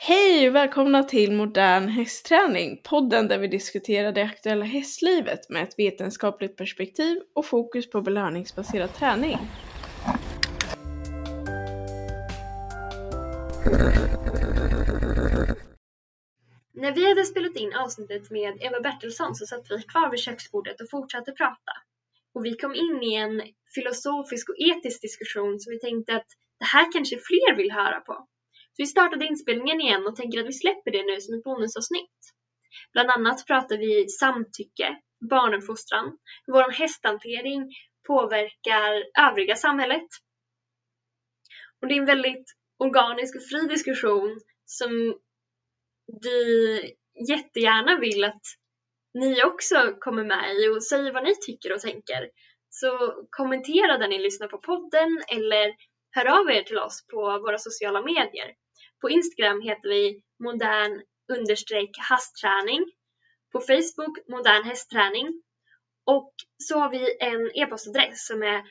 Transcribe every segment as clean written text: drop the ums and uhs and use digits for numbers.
Hej och välkomna till Modern hästträning, podden där vi diskuterar det aktuella hästlivet med ett vetenskapligt perspektiv och fokus på belöningsbaserad träning. När vi hade spelat in avsnittet med Eva Bertilsson så satt vi kvar vid köksbordet och fortsatte prata. Och vi kom in i en filosofisk och etisk diskussion så vi tänkte att det här kanske fler vill höra på. Så vi startade inspelningen igen och tänker att vi släpper det nu som ett bonusavsnitt. Bland annat pratar vi samtycke, barnuppfostran, hur vår hästhantering påverkar övriga samhället. Och det är en väldigt organisk och fri diskussion som vi jättegärna vill att ni också kommer med i och säger vad ni tycker och tänker. Så kommentera där ni lyssnar på podden eller hör av er till oss på våra sociala medier. På Instagram heter vi modern_hastträning. På Facebook modern hästträning. Och så har vi en e-postadress som är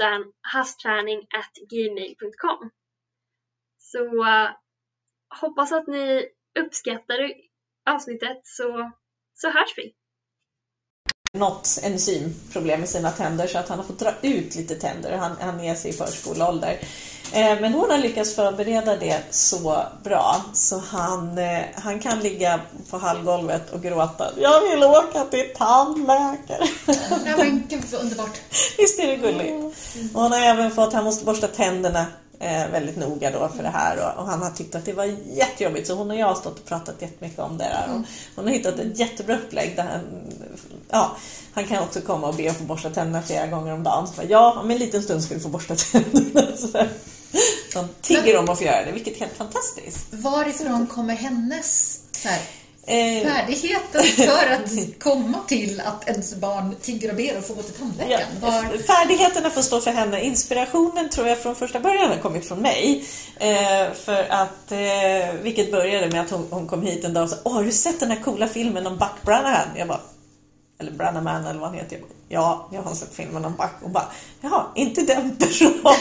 modernhastträning@gmail.com. Så hoppas att ni uppskattar avsnittet så hörs vi. Något enzymproblem i sina tänder så att han har fått dra ut lite tänder. Han är sig i förskoleålder. Men hon har lyckats förbereda det så bra så han kan ligga på hallgolvet och gråta. Jag vill åka till tandläkare. Ja, men gud vad underbart. Visst är det gulligt. Och hon har även fått, han måste borsta tänderna väldigt noga då för det här och han har tyckt att det var jättejobbigt så hon och jag har stått och pratat jättemycket om det där och hon har hittat ett jättebra upplägg där han kan också komma och be att få borsta tänderna flera gånger om dagen så om en liten stund ska du få borsta tänderna så de tigger om att få göra det, vilket är helt fantastiskt. Varifrån kommer hennes färdigheten för att komma till att ens barn tigger och ber och får gå till tandläkaren? Färdigheterna får stå för henne. Inspirationen tror jag från första början har kommit från mig. För att, vilket började med att hon kom hit en dag och sa, har du sett den här coola filmen om Buck Brannaman? Jag bara, eller Brannaman eller vad han heter. Jag har sett filmen om Buck. Och bara, jaha, inte den bra.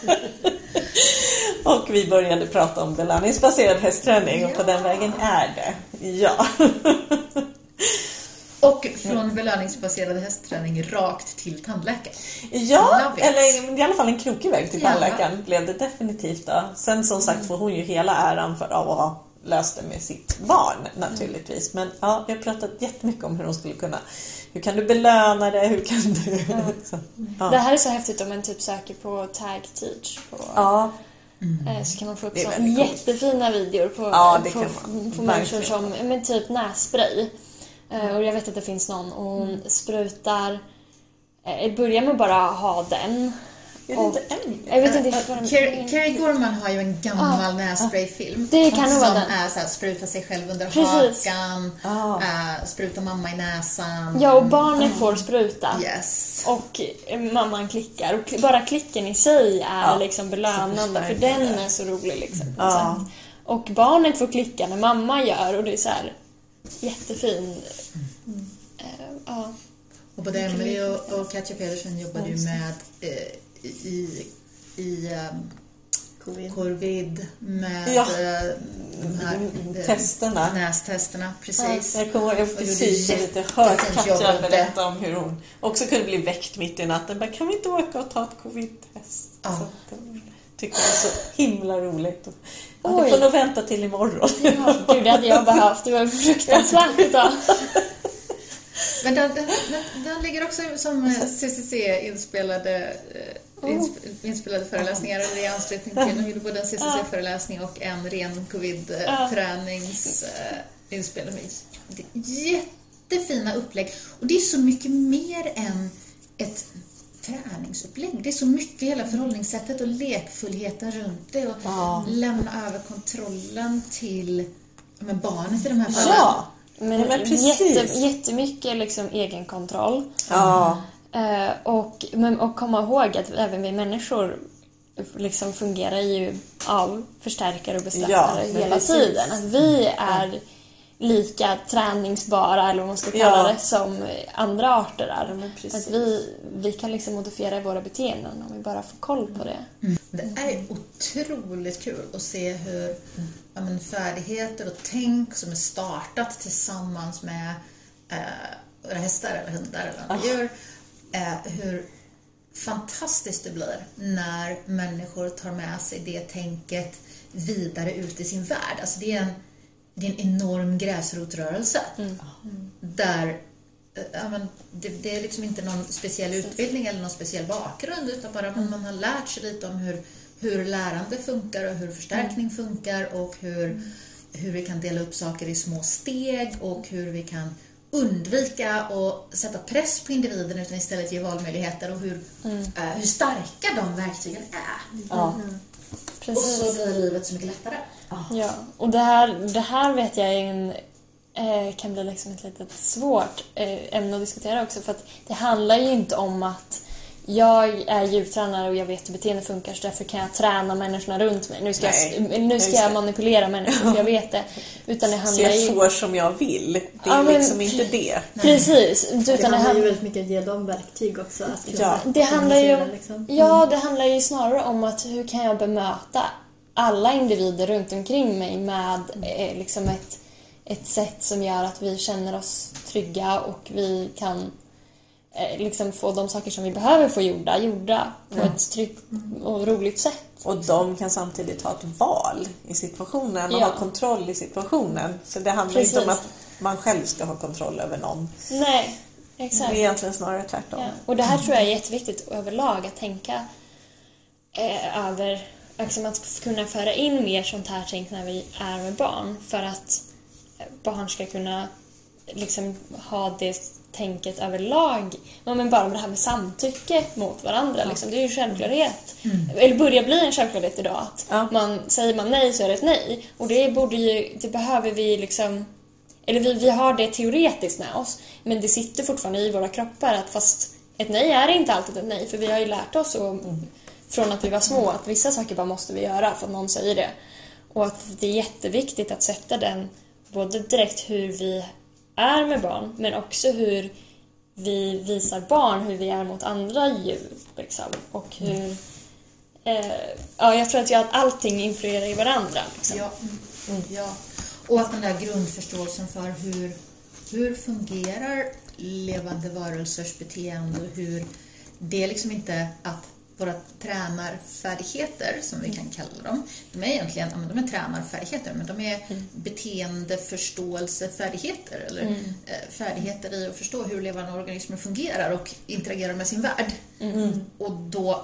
Och vi började prata om belöningsbaserad hästträning och på den vägen är det. Ja. Och från belöningsbaserad hästträning rakt till tandläkaren. Ja, eller i alla fall en krokig väg till tandläkaren blev det definitivt då. Sen som sagt får hon ju hela äran för att ha löst det med sitt barn naturligtvis. Men ja, vi har pratat jättemycket om hur hon skulle kunna. Hur kan du belöna det? Hur kan du... Det här är så häftigt om man typ söker på tag teach på... Så kan man få upp så jättefina videor på människor som med typ nässpray. Och jag vet att det finns någon och hon sprutar börjar med bara ha den. Jag vet inte Kerry Gorman har ju en gammal nässprayfilm det kan som vara är så här, spruta sig själv under hakan, spruta mamma i näsan. Ja, och barnet får spruta. Yes. Och mamman klickar och bara klicken i sig är liksom belönande för den är så rolig liksom. Och barnet får klicka när mamma gör och det är så här jättefin. Och både Emily och Katja Pedersen jobbade ju med i covid med de här testerna. Nästesterna, precis. Jag kommer ihåg efter lite hört Katja berätta om hur hon också kunde bli väckt mitt i natten. Bara, kan vi inte åka och ta ett covid-test? Tycker det är så himla roligt. Du får nog vänta till imorgon. Gud, det hade jag behövt. Det var fruktansvärt idag. Men den ligger också som CCC inspelade föreläsningar eller i anslutning till. Nu både en CCC-föreläsning och en ren covid-träningsinspelning. Jättefina upplägg. Och det är så mycket mer än ett träningsupplägg. Det är så mycket hela förhållningssättet och lekfullheten runt det och lämna över kontrollen till barnet i de här fallen. Ja. Men jättemycket liksom egenkontroll. Och komma ihåg att även vi människor liksom fungerar ju av förstärkare och bestraffare hela tiden. Att vi är lika träningsbara, eller vad man ska kalla det, som andra arter är. Att vi kan liksom modifiera våra beteenden om vi bara får koll på det. Det är otroligt kul att se hur färdigheter och tänk som är startat tillsammans med hästar eller hundar eller andra djur, hur fantastiskt det blir när människor tar med sig det tänket vidare ut i sin värld. Alltså det är en enorm gräsrotrörelse där det är liksom inte någon speciell utbildning eller någon speciell bakgrund, utan bara man har lärt sig lite om hur lärande funkar och hur förstärkning funkar och hur vi kan dela upp saker i små steg och hur vi kan undvika att sätta press på individen utan istället ge valmöjligheter och hur starka de verktygen är. Precis. Och så blir livet så mycket lättare. Ja, och det här vet jag kan bli liksom ett litet svårt ämne att diskutera också, för att det handlar ju inte om att jag är djurtränare och jag vet hur beteende funkar, så därför kan jag träna människorna runt mig. Nu ska jag manipulera människor för jag vet det. Utan det handlar så jag får som jag vill. Det är liksom inte det. Precis. Det handlar ju väldigt mycket att ge dem verktyg också. Att det handlar ju det handlar ju snarare om att hur kan jag bemöta alla individer runt omkring mig med liksom ett sätt som gör att vi känner oss trygga och vi kan liksom få de saker som vi behöver få gjorda på ett tryggt och roligt sätt. Och de kan samtidigt ha ett val i situationen och ha kontroll i situationen. Så det handlar inte om att man själv ska ha kontroll över någon. Nej, exakt. Det är egentligen snarare tvärtom. Ja. Och det här tror jag är jätteviktigt överlag att tänka över, liksom att kunna föra in mer sånt här tänk när vi är med barn, för att barn ska kunna liksom ha det tänket överlag. Men bara det här med samtycke mot varandra liksom, det är ju självklarhet. Eller börjar bli en självklarhet idag att säger man nej så är det ett nej, och det behöver vi liksom, eller vi har det teoretiskt med oss, men det sitter fortfarande i våra kroppar att fast ett nej är inte alltid ett nej, för vi har ju lärt oss från att vi var små att vissa saker bara måste vi göra för att någon säger det, och att det är jätteviktigt att sätta den både direkt hur vi är med barn, men också hur vi visar barn hur vi är mot andra djur liksom. Och hur jag tror att allting influerar i varandra liksom. Ja. Och att den där grundförståelsen för hur fungerar levande varelsers beteende och hur det är liksom inte att våra tränarfärdigheter, som vi kan kalla dem, de är egentligen de är tränarfärdigheter, men de är beteendeförståelsefärdigheter eller färdigheter i att förstå hur levande organismer fungerar och interagerar med sin värld. Och då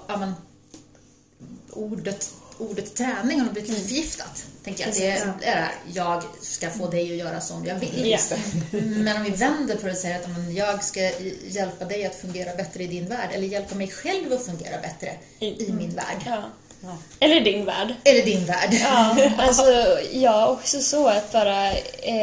ordet träning har blivit förgiftat, tänker jag. Det är jag ska få dig att göra som jag vill. Men om vi vänder på det och säger att jag ska hjälpa dig att fungera bättre i din värld, eller hjälpa mig själv att fungera bättre i min värld. Eller din värld. Eller din värld. Också så att bara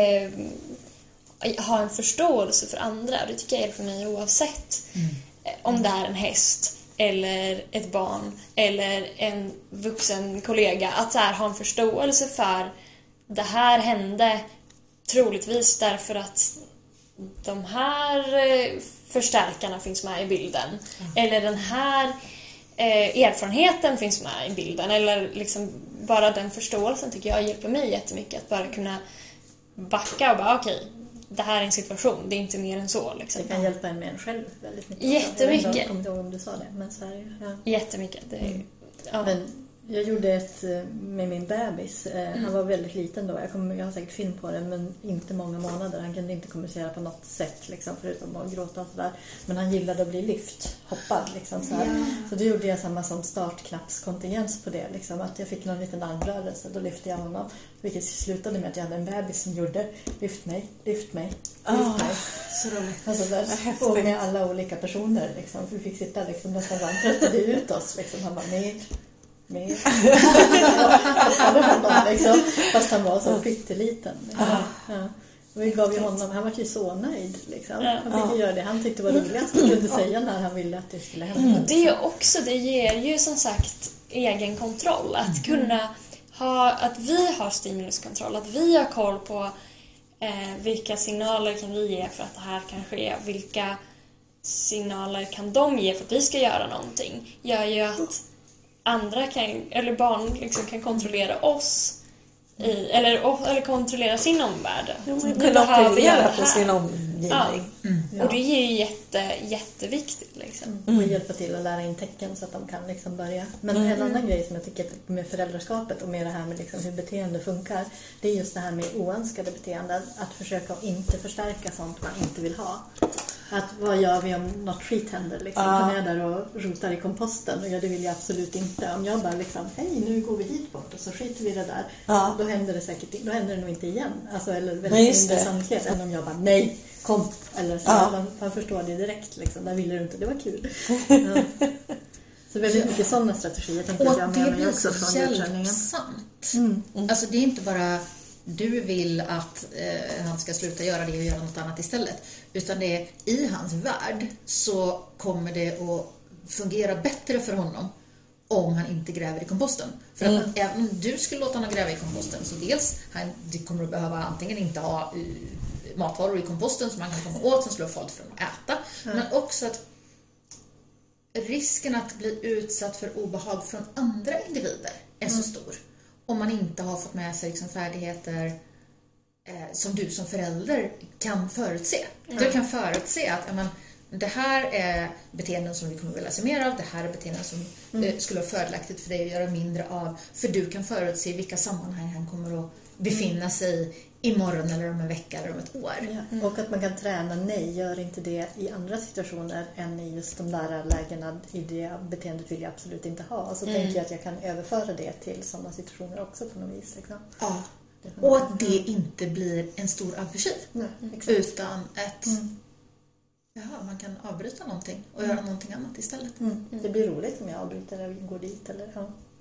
ha en förståelse för andra. Det tycker jag hjälper mig oavsett om det är en häst eller ett barn eller en vuxen kollega, att så här, ha en förståelse för det här hände troligtvis därför att de här förstärkarna finns med i bilden, eller den här erfarenheten finns med i bilden, eller liksom bara den förståelsen tycker jag hjälper mig jättemycket, att bara kunna backa och bara okej, det här är en situation, det är inte mer än så liksom. Det kan hjälpa en med en själv väldigt mycket. Jättemycket. Jag kommer inte ihåg om du sa det, men så här, jättemycket. Men jag gjorde ett med min bebis. Han var väldigt liten då. Jag har säkert film på det, men inte många månader. Han kunde inte kommunicera på något sätt liksom, förutom att gråta och sådär. Men han gillade att bli hoppad liksom, så här. Så då gjorde jag samma som startknappskontingens på det liksom, att jag fick någon liten armrörelse, då lyfte jag honom, vilket slutade med att jag hade en bebis som gjorde lyft mig. Så roligt. Alltså där, och med alla olika personer liksom. Vi fick sitta liksom, nästan tröttade ut oss liksom. Han var med. Liksom, fast han var så pytteliten liksom. Och vi gav ju honom, han var ju så nöjd liksom. Han fick göra det han tyckte var roligast och kunde säga när han ville att det skulle hända. Det ger ju som sagt egen kontroll, att kunna ha, att vi har stimuluskontroll, att vi har koll på Vilka signaler kan vi ge för att det här kan ske? Vilka signaler kan de ge för att vi ska göra någonting? Gör ju att andra eller barn liksom kan kontrollera oss eller kontrollera sin omvärld. Kunna operera på sin omgivning. Ja. Och det är ju jätteviktigt. Liksom. Och hjälpa till att lära in tecken så att de kan liksom börja. Men en annan grej som jag tycker med föräldraskapet och med det här med liksom hur beteende funkar, det är just det här med oönskade beteenden. Att försöka inte förstärka sånt man inte vill ha. Att vad gör vi om något skit händer? Liksom. Om jag är där och rotar i komposten och det vill jag absolut inte. Om jag bara liksom, hej nu går vi hit bort och så skiter vi det där. Då händer det säkert, då händer det nog inte igen. Alltså, eller väldigt mindre sannolikhet än om jag bara, nej, kom. Eller så, man förstår det direkt. Liksom. Där ville du inte, det var kul. Så väldigt mycket sådana strategier tänker jag med mig också från utträningen. Alltså det är inte bara du vill att han ska sluta göra det och göra något annat istället. Utan det är i hans värld så kommer det att fungera bättre för honom om han inte gräver i komposten. För att även om du skulle låta honom gräva i komposten så dels det kommer att behöva antingen inte ha matvaror i komposten som man kan komma åt som skulle vara farligt för honom att äta. Men också att risken att bli utsatt för obehag från andra individer är så stor. Om man inte har fått med sig liksom färdigheter som du som förälder kan förutse. Du kan förutse att det här är beteenden som vi kommer vilja se mer av. Det här är beteenden som skulle vara fördelaktigt för dig att göra mindre av. För du kan förutse vilka sammanhang han kommer att befinna sig imorgon eller om en vecka eller om ett år. Och att man kan träna nej, gör inte det i andra situationer än i just de där lägena. I det beteendet vill jag absolut inte ha. Och så tänker jag att jag kan överföra det till sådana situationer också på något vis. Liksom. Ja. Och att det inte blir en stor aversiv. Utan ett man kan avbryta någonting och göra någonting annat istället. Det blir roligt om jag avbryter eller går dit. Eller,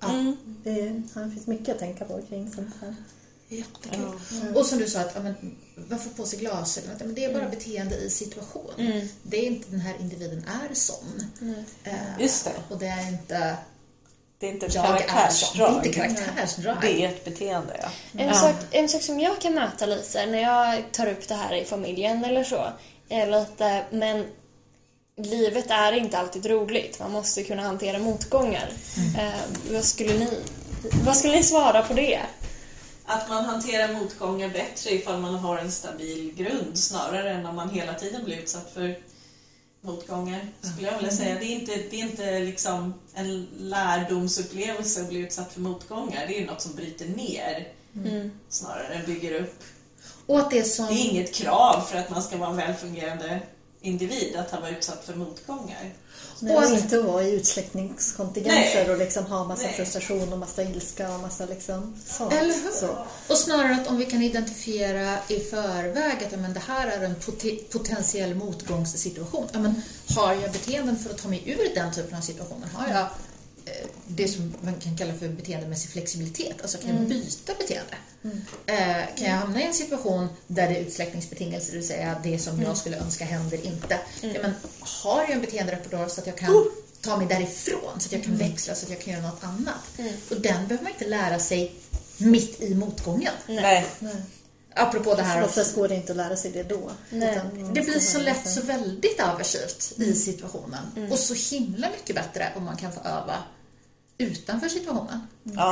det finns mycket att tänka på kring sånt här. Jättekul. Och som du sa, att man får på sig glasögon. Men det är bara beteende i situation. Det är inte den här individen är sån. Just det. Och det är inte... Det är inte karaktärsdrag. Det är inte karaktärsdrag. Det är ett beteende, En sak som jag kan möta lite när jag tar upp det här i familjen eller så är lite, men livet är inte alltid roligt. Man måste kunna hantera motgångar. Vad skulle ni svara på det? Att man hanterar motgångar bättre ifall man har en stabil grund snarare än om man hela tiden blir utsatt för motgångar, skulle jag vilja säga. Det är inte liksom en lärdomsupplevelse att bli utsatt för motgångar. Det är något som bryter ner snarare än bygger upp. Och att det är inget krav för att man ska vara en välfungerande individ att ha varit utsatt för motgångar. Och att inte vara i utsläckningskontingenser och liksom ha massa frustration och massa ilska och massa liksom sånt. Eller hur? Så. Och snarare att om vi kan identifiera i förväg att det här är en potentiell motgångssituation. Har jag beteenden för att ta mig ur den typen av situationer? Har jag det som man kan kalla för beteendemässig flexibilitet? Alltså kan jag byta beteende? Kan jag hamna i en situation där det är utsläckningsbetingelser, det vill säga det som jag skulle önska händer inte? Men har jag en beteenderepertoar så att jag kan ta mig därifrån, så att jag kan växla, så att jag kan göra något annat? Och den behöver man inte lära sig mitt i motgången. Nej. Apropå det här. Oftast går det inte att lära sig det då. Det blir så lätt så väldigt aversivt i situationen. Och så himla mycket bättre om man kan få öva utanför situationen.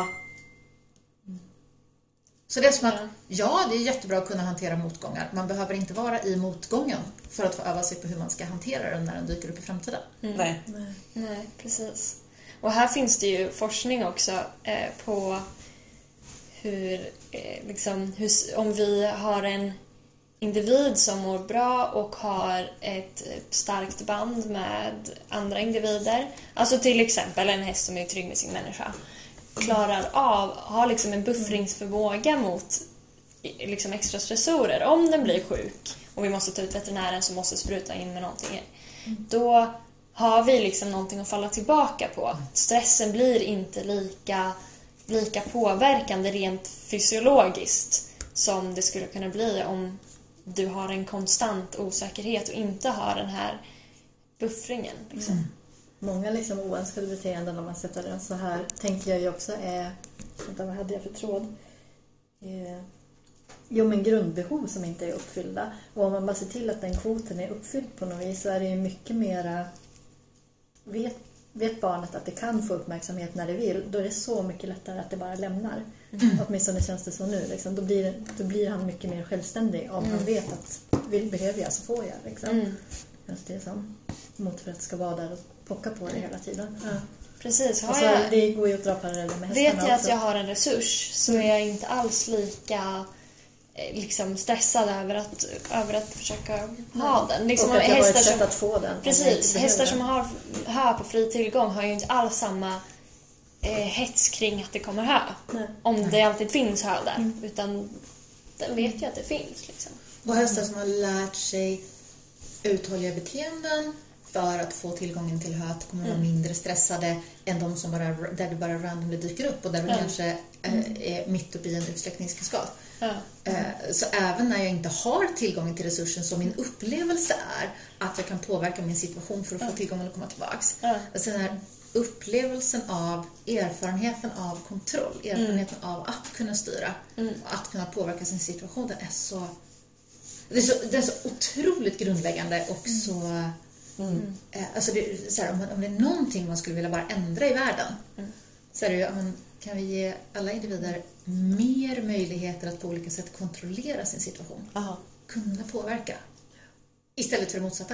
Så det är som att, det är jättebra att kunna hantera motgångar. Man behöver inte vara i motgången för att få öva sig på hur man ska hantera den när den dyker upp i framtiden. Nej, precis. Och här finns det ju forskning också på hur om vi har en individ som mår bra och har ett starkt band med andra individer. Alltså till exempel en häst som är trygg med sin människa. Klarar av, har liksom en buffringsförmåga mot liksom extra stressorer. Om den blir sjuk och vi måste ta ut veterinären som måste spruta in med någonting. Då har vi liksom någonting att falla tillbaka på. Stressen blir inte lika påverkande rent fysiologiskt som det skulle kunna bli om du har en konstant osäkerhet och inte har den här buffringen. Liksom. Många liksom oönskade beteenden, om man sätter den så här, tänker jag ju också är, vad hade jag för tråd? grundbehov som inte är uppfyllda. Och om man bara ser till att den kvoten är uppfylld på något vis så är det ju mycket mera... Vet barnet att det kan få uppmärksamhet när det vill, då är det så mycket lättare att det bara lämnar. Åtminstone känns det så nu. Liksom. Då blir han mycket mer självständig om han vet att behöver jag så får jag. Liksom. Just det som mot för att ska vara där och pocka på det hela tiden. Ja. Precis. Det går ju att dra paralleller med hästarna. Vet jag att jag har en resurs så är jag inte alls lika liksom stressad över att försöka ha den. Liksom, och att jag har ett sätt att få den. Precis. Hästar som har hö på fri tillgång har ju inte alls samma hets kring att det kommer hö. Nej. Om det alltid finns hö där. Utan den vet ju att det finns. Liksom. Och hästar som har lärt sig uthålliga beteenden för att få tillgången till hö kommer vara mindre stressade än de som där det bara randomly dyker upp och där de kanske är mitt uppe i en utsläckningskaskad. Så även när jag inte har tillgången till resursen, så min upplevelse är att jag kan påverka min situation för att få tillgången att komma tillbaks. Alltså den här upplevelsen av erfarenheten av kontroll, erfarenheten av att kunna styra och att kunna påverka sin situation, den är så... Det är så otroligt grundläggande och så... Alltså så här, om det är någonting man skulle vilja bara ändra i världen så är det ju, kan vi ge alla individer mer möjligheter att på olika sätt kontrollera sin situation. Kunna påverka istället för det motsatta.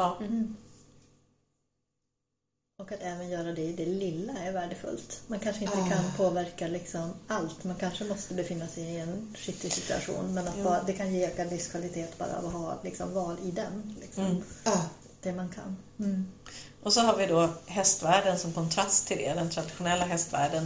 Och att även göra det i det lilla är värdefullt. Man kanske inte kan påverka liksom allt. Man kanske måste befinna sig i en skittig situation. Men att bara, det kan ge ökad livskvalitet bara av att ha liksom val i den. Liksom. Det man kan. Och så har vi då hästvärlden som kontrast till det. Den traditionella hästvärlden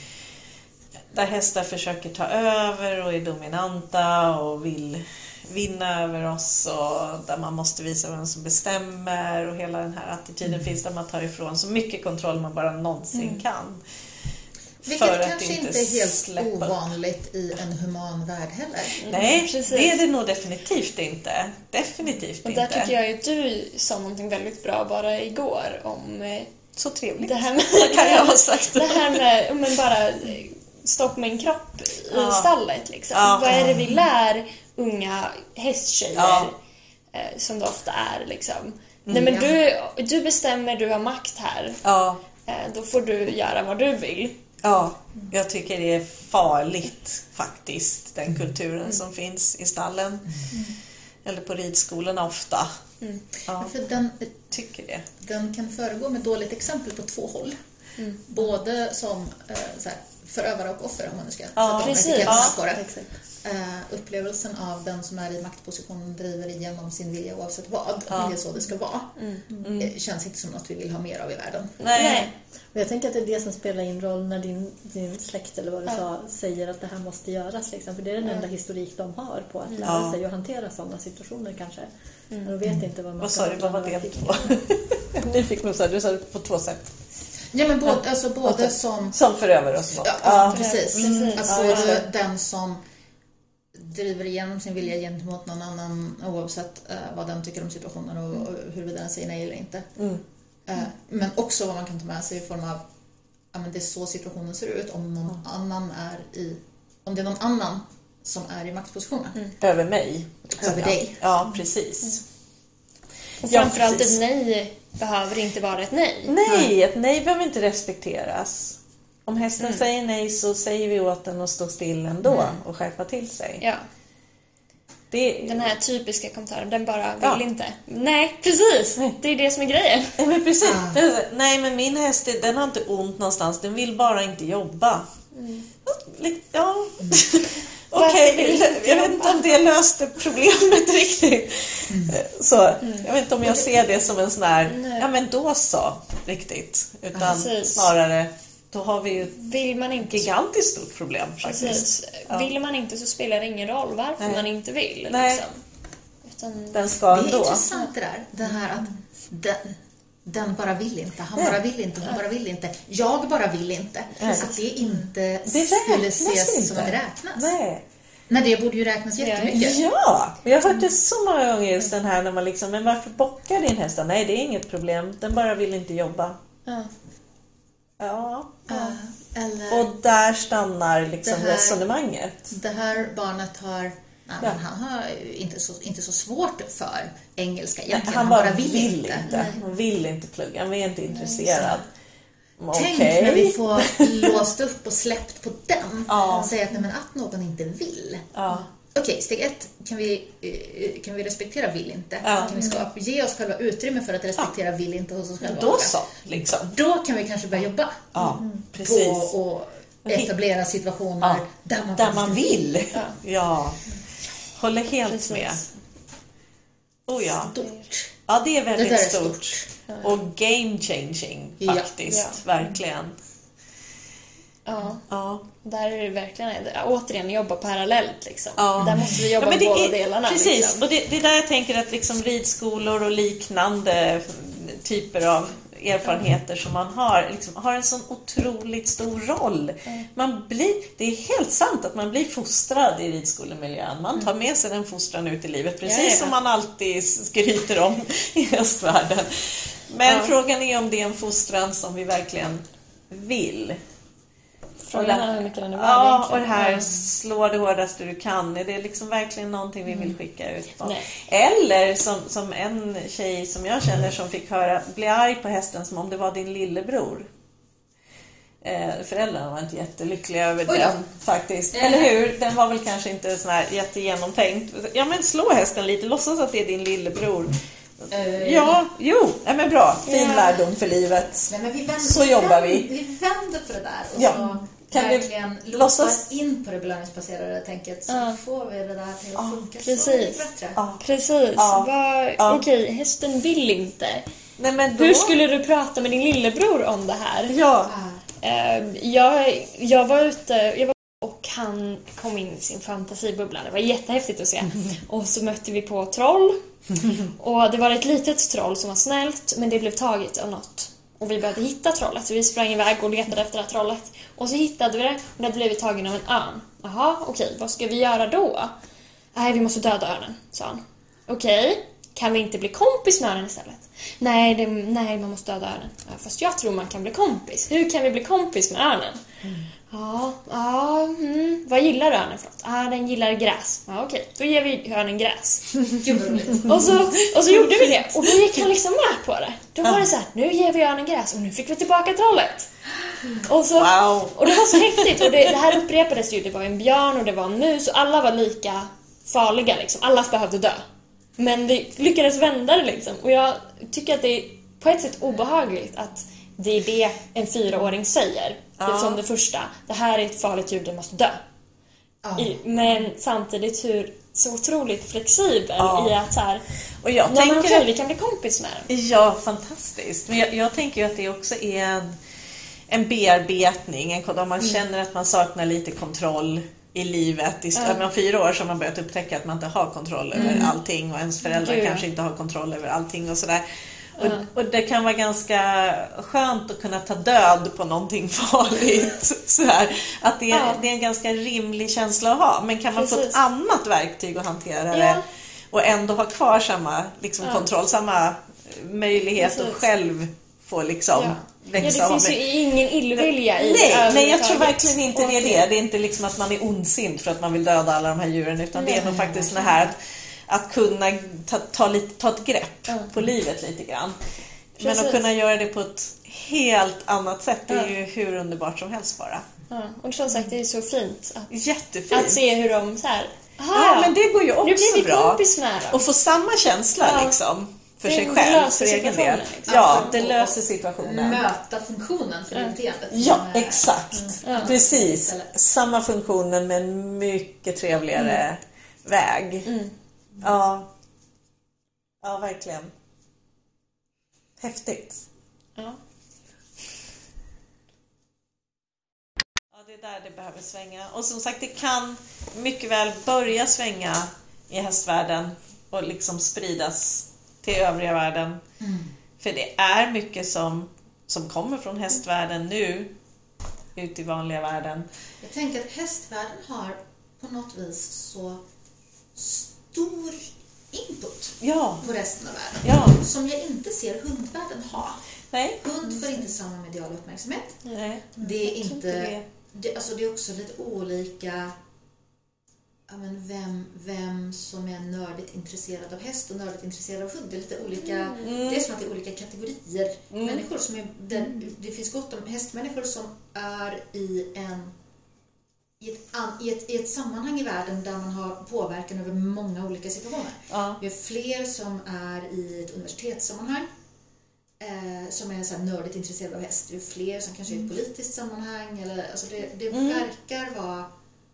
där hästar försöker ta över och är dominanta och vill vinna över oss, och där man måste visa vem som bestämmer, och hela den här attityden finns där man tar ifrån så mycket kontroll man bara någonsin kan. Vilket kanske inte är helt ovanligt i en human värld heller. Nej, det är det nog definitivt inte. Definitivt och där inte. tycker jag att du sa någonting väldigt bra bara igår om... Så trevligt. Det här med, kan jag ha sagt. Det här med men bara stopp med en kropp i stallet. Liksom. Vad är det vi lär unga hästtjejer som det ofta är? Liksom. Nej, men du bestämmer, du har makt här. Då får du göra vad du vill. Ja, jag tycker det är farligt faktiskt, den kulturen som finns i stallen. Eller på ridskolorna ofta. För den, tycker det. Den kan föregå med dåligt exempel på två håll. Både som så här, förövare och offer, om man nu ska sätta på det. Upplevelsen av den som är i maktpositionen driver igenom sin vilja oavsett vad. Det är så det ska vara. Känns inte som något vi vill ha mer av i världen. Nej. Och jag tänker att det är det som spelar in roll när din släkt eller vad du sa säger att det här måste göras. Liksom. För det är den enda historik de har på att lära sig att hantera sådana situationer kanske. Men de vet inte vad man ska göra. Vad var det på? Ni fick nog säga, du sa det på två sätt. Ja, men både som förövare och som precis. Alltså den som driver igenom sin vilja gentemot någon annan oavsett vad den tycker om situationen och huruvida den säger nej eller inte. Men också vad man kan ta med sig i form av det är så situationen ser ut om någon annan om det är någon annan som är i maktpositionen. Över mig. Över dig. Ja, precis. Och framförallt ett nej behöver inte vara ett nej. Nej, ett nej behöver inte respekteras. Om hästen säger nej så säger vi åt den att stå still ändå och skärpa till sig. Ja. Den här typiska kommentaren, den bara vill inte. Nej, precis. Det är det som är grejen. Men precis. Nej, men min häst, den har inte ont någonstans. Den vill bara inte jobba. Okej, jag vet inte om det löste problemet riktigt. Så jag vet inte om jag ser det som en sån här, ja men då så, riktigt. Utan snarare, då har vi ju ett gigantiskt stort problem faktiskt. Vill man inte så spelar det ingen roll varför man inte vill. Nej. Liksom. Den ska ändå. Det är intressant det där. Det här att den bara vill inte. Han bara vill inte. Hon bara vill inte. Jag bara vill inte. Så att det inte skulle ses som att det räknas. Nej, det borde ju räknas jättemycket. Ja, jag har hört det så många gånger just den här när man liksom, men varför bockar din häst? Nej, det är inget problem. Den bara vill inte jobba. Eller, och där stannar liksom resonemanget. Det här barnet har Men han har inte så svårt för engelska egentligen. Han bara vill inte. Han vill inte plugga. Han är inte intresserad. Tänk när vi får låst upp och släppt på den. Och säga att någon inte vill. Okej, steg 1 kan vi respektera vill inte. Kan vi ge oss själva utrymme för att respektera vill inte hos oss själva. Då så, liksom. Då kan vi kanske börja jobba precis. på att etablera situationer där man vill. Håller helt med. Stort. Ja, det är väldigt stort. Och game changing faktiskt, verkligen. Där är det verkligen återigen jobba parallellt liksom. Där måste vi jobba med båda delarna. Precis, liksom. Och det är där jag tänker att liksom ridskolor och liknande typer av erfarenheter som man har en sån otroligt stor roll. Det är helt sant att man blir fostrad i ridskolemiljön. Man tar med sig den fostran ut i livet, precis som man alltid skryter om i hästvärlden. Men frågan är om det är en fostran som vi verkligen vill. Frågan är hur mycket den är värd. Och det här slår det hårdaste du kan. Är det liksom verkligen någonting vi vill skicka ut på? Eller som en tjej som jag känner som fick höra, bli arg på hästen som om det var din lillebror. Föräldrarna var inte jättelyckliga över den faktiskt. Eller hur? Den var väl kanske inte sån här jättegenomtänkt. Ja, men slå hästen lite, låtsas att det är din lillebror. Men bra. Fin lärdom för livet. Så jobbar vi. Vi vänder på det där och så kan verkligen låtsas in på det belöningsbaserade tänket, så får vi det där till att funka. Precis. Okej, hästen vill inte. Nej, men då... Hur skulle du prata med din lillebror om det här? Jag var ute och han kom in i sin fantasibubbla. Det var jättehäftigt att se. Och så mötte vi på troll. Och det var ett litet troll som var snällt, men det blev taget av något. Och vi började hitta trollet. Så vi sprang iväg och letade efter det här trollet. Och så hittade vi det, och det hade blivit tagen av en örn. Jaha, okej, vad ska vi göra då? Nej, vi måste döda örnen, sa han. Okej, kan vi inte bli kompis med örnen istället? Nej, man måste döda örnen. Fast jag tror man kan bli kompis. Hur kan vi bli kompis med örnen? Vad gillar örnen för något? Den gillar gräs. Okej, då ger vi örnen gräs. och så gjorde vi det. Och då gick han liksom med på det. Då var det så här, nu ger vi örnen gräs. Och nu fick vi tillbaka trollet. Och det var så häftigt. Och det här upprepades ju. Det var en björn och det var en mus. Och alla var lika farliga liksom. Alla behövde dö. Men vi lyckades vända det liksom. Och jag tycker att det är på ett sätt obehagligt att det är det en 4-åring säger. Som det första. Det här är ett farligt djur, det måste dö. Men samtidigt så otroligt flexibel i att så här, och jag tänker att vi kan bli kompis med den. Ja, fantastiskt. Men jag tänker att det också är en bearbetning. Om man känner att man saknar lite kontroll i livet. Man 4 år som man börjat upptäcka att man inte har kontroll över allting. Och ens föräldrar kanske inte har kontroll över allting och sådär. Och det kan vara ganska skönt att kunna ta död på någonting farligt. Så här, att det är en ganska rimlig känsla att ha. Men kan man få ett annat verktyg att hantera det och ändå ha kvar samma kontroll, samma möjlighet att själv få växa. Det finns ju ingen illvilja i det. Nej, jag tror verkligen inte det är det. Det är inte liksom att man är ondsint för att man vill döda alla de här djuren. Utan det är nog faktiskt det här att kunna ta ett grepp på livet lite grann. Men att kunna göra det på ett helt annat sätt, det är ju hur underbart som helst bara. Och som sagt, det är så fint jättefint att se hur de så här, men det går ju också nu blir vi bra kompis med dem. och få samma känsla liksom för sig själv, för egen del. Det löser situationen. Möta funktionen för beteendet. Ja, exakt. Precis. Samma funktionen med en mycket trevligare väg. Ja, verkligen. Häftigt. Ja, det är där det behöver svänga. Och som sagt, det kan mycket väl börja svänga i hästvärlden och liksom spridas till övriga världen. För det är mycket som kommer från hästvärlden nu ut i vanliga världen. Jag tänker att hästvärlden har på något vis så stor input på resten av världen som jag inte ser hundvärlden ha. Nej. Hund får inte samma medial uppmärksamhet. Nej. Det är inte det är också lite olika vem som är nördigt intresserad av häst och nördigt intresserad av hund. Det är lite olika, det är som att det är olika kategorier människor som är, det finns gott om hästmänniskor som är i ett sammanhang i världen där man har påverkan över många olika situationer. Vi har fler som är i ett universitetssammanhang som är så här nördigt intresserade av häst. Det är fler som kanske är i ett politiskt sammanhang. Eller, alltså det verkar vara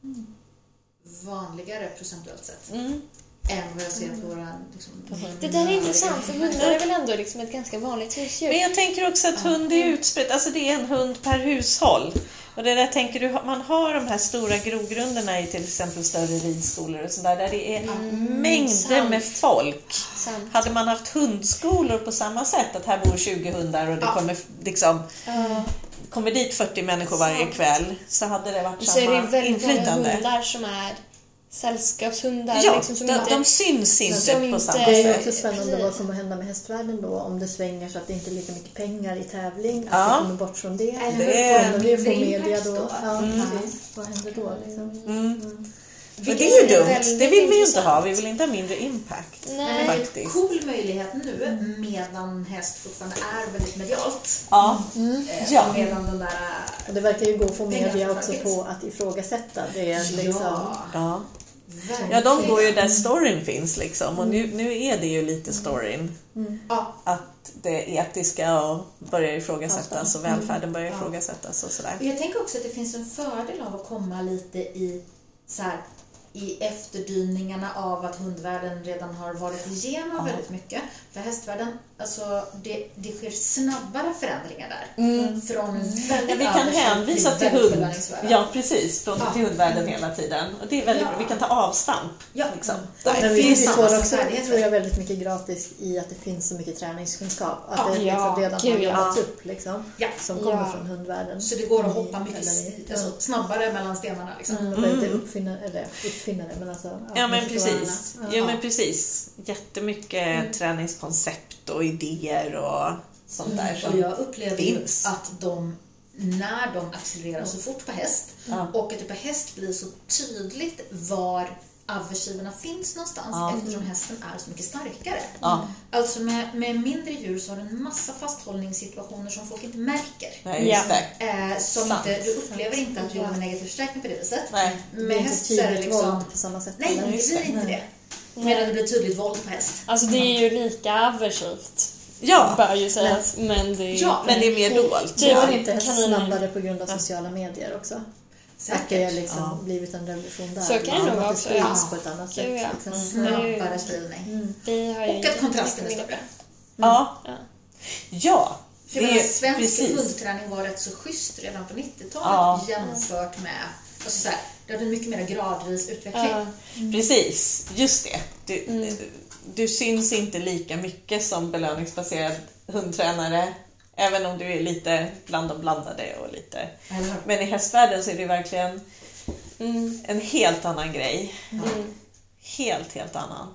vanligare procentuellt sett än vad jag ser på våra... Liksom, det där är intressant, för hundar är väl ändå liksom ett ganska vanligt husdjur. Men jag tänker också att hund är utspritt. Alltså det är en hund per hushåll. Och det där tänker du, man har de här stora grogrunderna i till exempel större ridskolor och sådär, där det är mängder med folk. Hade man haft hundskolor på samma sätt, att här bor 20 hundar och det kommer liksom kommer dit 40 människor varje kväll, så hade det varit så samma är det väldigt inflytande. många hundar som är sällskapshundar. Ja, liksom, som de syns inte på samma sätt. Det är också spännande vad kommer hända med hästvärlden då, om det svänger så att det inte är lika mycket pengar i tävling, att det kommer bort från det. Eller det får media då. Precis. Vad händer då liksom? För det är ju dumt, det vill vi ju inte ha. Vi vill inte ha mindre impact. Nej, faktiskt. Cool möjlighet nu medan häst fortfarande är väldigt medialt. Medan den där... Och det verkar ju gå för media också på att ifrågasätta det liksom. Ja, de går ju där storyn finns liksom. Och nu är det ju lite storyn. Att det etiska och börjar ifrågasättas och välfärden börjar ifrågasättas och sådär. Jag tänker också att det finns en fördel av att komma lite i så här, i efterdyningarna av att hundvärlden redan har varit igenom väldigt mycket. För hästvärlden, alltså det sker snabbare förändringar där. Från vi kan hänvisa till hund. Ja, precis. Från till hundvärlden hela tiden. Och det är väldigt bra. Vi kan ta avstamp. Liksom. Men vi får också, tror jag, väldigt mycket gratis i att det finns så mycket träningskunskap. Att det liksom redan har jobbats upp liksom, som kommer från hundvärlden. Så det går att hoppa mycket snabbare mellan stenarna. Liksom. Man behöver inte uppfinna det, men alltså... Ja, men precis. Men precis. Jättemycket träningskoncept och idéer och sånt där som och jag upplever finns. Att när de accelererar så fort på häst och att det på häst blir så tydligt var aversiverna finns någonstans eftersom hästen är så mycket starkare. Alltså med mindre djur så har du en massa fasthållningssituationer som folk inte märker. Nej, just det. Som inte, du upplever inte att du gör en negativ förstärkning på det viset. Nej. Med häst så är det liksom... på samma sätt. Nej, det blir inte det. Medan det blir tydligt våld på häst. Alltså det är ju lika aversivt. Bör ju sägas, men det är mer dolt. Det är inte snabbare på grund av sociala medier också. Säkert. Att det har liksom blivit en revolution där. Så kan det nog också. På ett annat sätt. Liksom. Snabbare spridning. Och att kontrasten är större. För svensk hundträning var rätt så schysst redan på 90-talet jämfört med... Alltså så här, det hade en mycket mer gradvis utveckling. Precis, just det. Du syns inte lika mycket som belöningsbaserad hundtränare, även om du är lite bland de blandade och lite. Men i hästvärlden så är det verkligen en helt annan grej. Helt annan.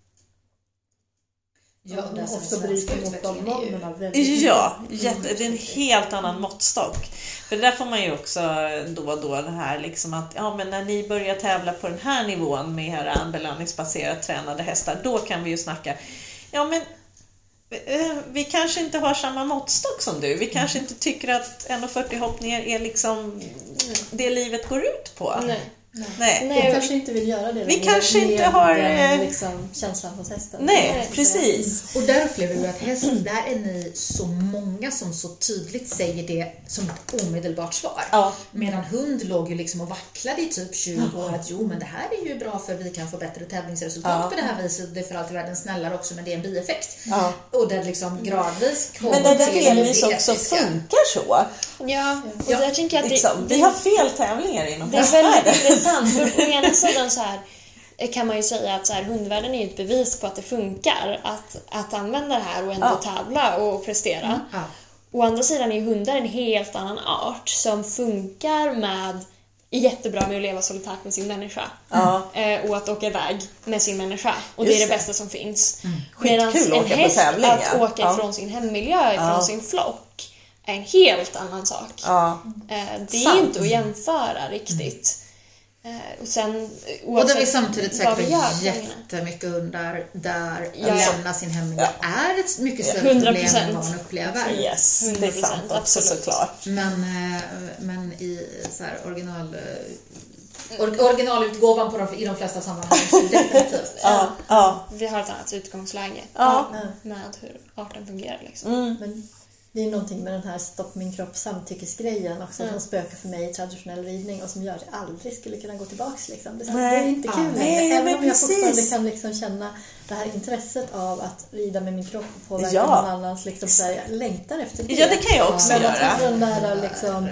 Ja, och också bryter mot de normerna. Det är en helt annan måttstock. För det där får man ju också då och då det här liksom att men när ni börjar tävla på den här nivån med era belöningsbaserat tränade hästar, då kan vi ju snacka. Men vi kanske inte har samma måttstock som du. Vi kanske inte tycker att 1,40 hoppningar är liksom det livet går ut på. Nej. Vi kanske inte vill göra det. Vi kanske inte har liksom känslan hos hästen. Nej, precis. Och där upplever vi att där är ni så många som så tydligt säger det som ett omedelbart svar. Medan hund låg ju liksom och vacklade i typ 20 år att men det här är ju bra för vi kan få bättre tävlingsresultat på det här viset. Det är för allt i världen snällare också, men det är en bieffekt. Och där liksom gradvis men det där delvis också funkar så. Ja, och där tänker jag att liksom, vi har fel tävlingar inom det är väldigt intressant. För på ena sidan så här kan man ju säga att så här, hundvärlden är ett bevis på att det funkar att använda det här och ändå tävla och prestera. Å andra sidan är hundar en helt annan art som funkar jättebra med att leva solitärt med sin människa. Och att åka iväg med sin människa. Och det är det bästa som finns. Medan en häst att åka ifrån sin hemmiljö, ifrån sin flock, är en helt annan sak. Det är inte att jämföra riktigt. Och sen och där vi samtidigt säkert jättemycket undrar där att lämna sin hemmiljö är ett mycket större 100%. Problem än vad man upplever. Yes, 100%, det är sant, absolut, såklart. Men i så här originalutgåvan i de flesta sammanhang så definitivt. Vi har ett annat utgångsläge med hur arten fungerar liksom. Men det är någonting med den här stopp min kropp samtyckesgrejen också som spökar för mig i traditionell ridning och som gör att jag aldrig skulle kunna gå tillbaks liksom. Det är inte kul längre. Även om jag fortfarande kan liksom känna det här intresset av att rida med min kropp och påverka någon annans liksom, så här, jag längtar efter det. Ja, det kan jag också göra. Den där liksom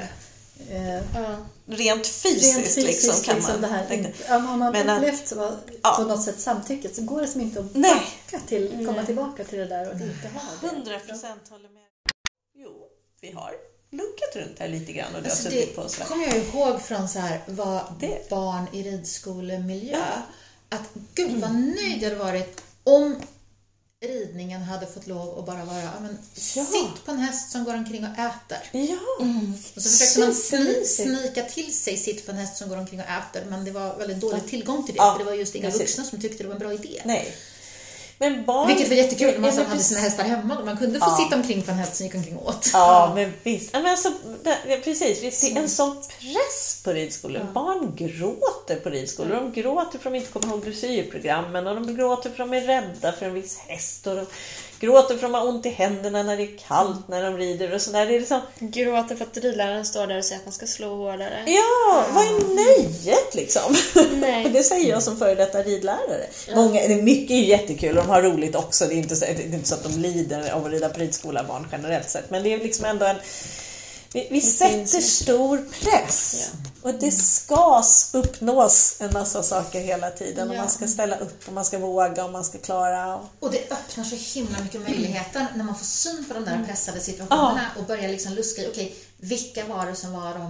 rent fysiskt liksom kan man. Det här, om man upplevt på något sätt samtycket så går det som inte att komma tillbaka till det där och inte ha det. 100% håller med. Jo, vi har lunkat runt här lite grann och det har suttit på oss. Det kommer jag ihåg från så här, var barn i ridskolemiljö. Att gud vad nöjd jag hade varit om ridningen hade fått lov att bara vara sitt på en häst som går omkring och äter. Och så försökte man snika till sig sitt på en häst som går omkring och äter, men det var väldigt dålig tillgång till det, för det var just inga vuxna som tyckte det var en bra idé. Nej. Men vilket var jättekul när man hade sina hästar hemma och man kunde få sitta omkring på en häst som gick omkring åt. Ja, men visst. Men alltså, precis, vi ser en sån press på ridskolor. Barn gråter på ridskolor. De gråter för att de inte kommer ihåg dressyrprogrammen och de gråter för att de är rädda för en viss häst och de gråter för att de har ont i händerna när det är kallt när de rider och sådär. Det är liksom... Gråter för att ridläraren står där och säger att man ska slå hårdare. Ja, vad är nöjet liksom? Nej. Det säger jag som före detta ridlärare. Mycket är jättekul och de har roligt också. Det är inte så att de lider av att rida på ridskola barn generellt sett. Men det är liksom ändå vi sätter stor press. Och det ska uppnås en massa saker hela tiden. Och man ska ställa upp och man ska våga och man ska klara. Och det öppnar så himla mycket möjligheter när man får syn på de där pressade situationerna och börjar liksom luska i, vilka var det som var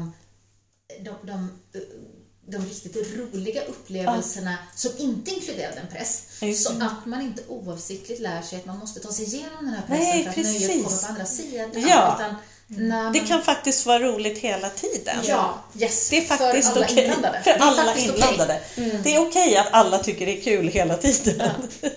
de riktigt roliga upplevelserna som inte inkluderade en press. Så att man inte oavsiktligt lär sig att man måste ta sig igenom den här pressen för att nöjet kommer på andra sidan. Utan det kan faktiskt vara roligt hela tiden. Yes. Det är faktiskt för alla okej. inblandade. För alla inblandade. Det är okej att alla tycker det är kul hela tiden.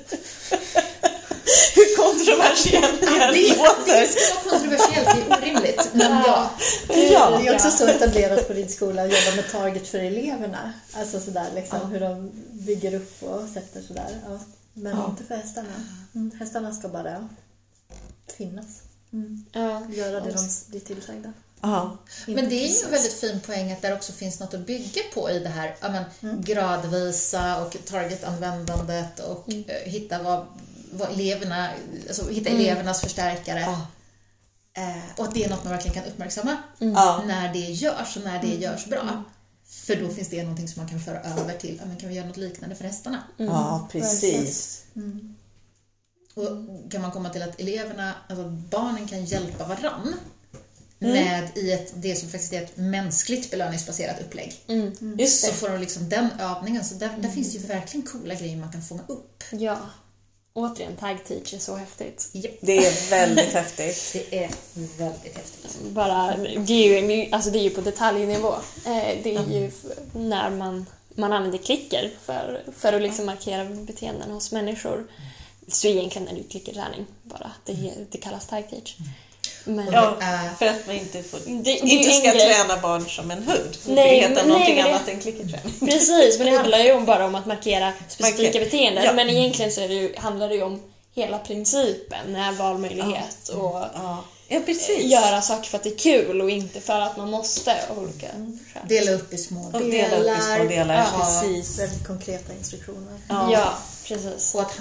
Hur kontroversiellt det låter. Det ska vara kontroversiellt, det är orimligt. Men det är också så etablerat på ridskola att jobba med target för eleverna. Alltså sådär liksom, hur de bygger upp och sätter sådär. Men inte för hästarna. Hästarna ska bara finnas. Göra det de blir tillsagda. Men det är ju en väldigt fin poäng att där också finns något att bygga på i det här gradvisa och targetanvändandet och hitta vad eleverna, alltså hitta elevernas förstärkare. Och att det är något man verkligen kan uppmärksamma när det görs och när det görs bra. För då finns det någonting som man kan föra över till, kan vi göra något liknande för hästarna? Ja, precis. Och kan man komma till att eleverna, alltså barnen kan hjälpa varann med det som faktiskt är ett mänskligt belöningsbaserat upplägg. Just det. Så får de liksom den övningen, så där finns det ju verkligen coola grejer man kan fånga upp. Ja. Återigen, tag teach är så häftigt. Yep. Det är väldigt häftigt. Det är väldigt häftigt. Bara, det är ju på detaljnivå. Det är ju när man använder klicker för att liksom markera beteenden hos människor. Så egentligen är det ju klickerträning bara. Det kallas tag teach. Men, för att man inte ska träna barn som en hund. Det heter någonting annat än klickerträning. Precis, men det handlar ju bara om att markera specifika beteenden. Men egentligen så handlar det ju om hela principen med valmöjlighet och göra saker för att det är kul och inte för att man måste. Dela upp i små delar. Precis. Väldigt konkreta instruktioner. Ja, precis. Och att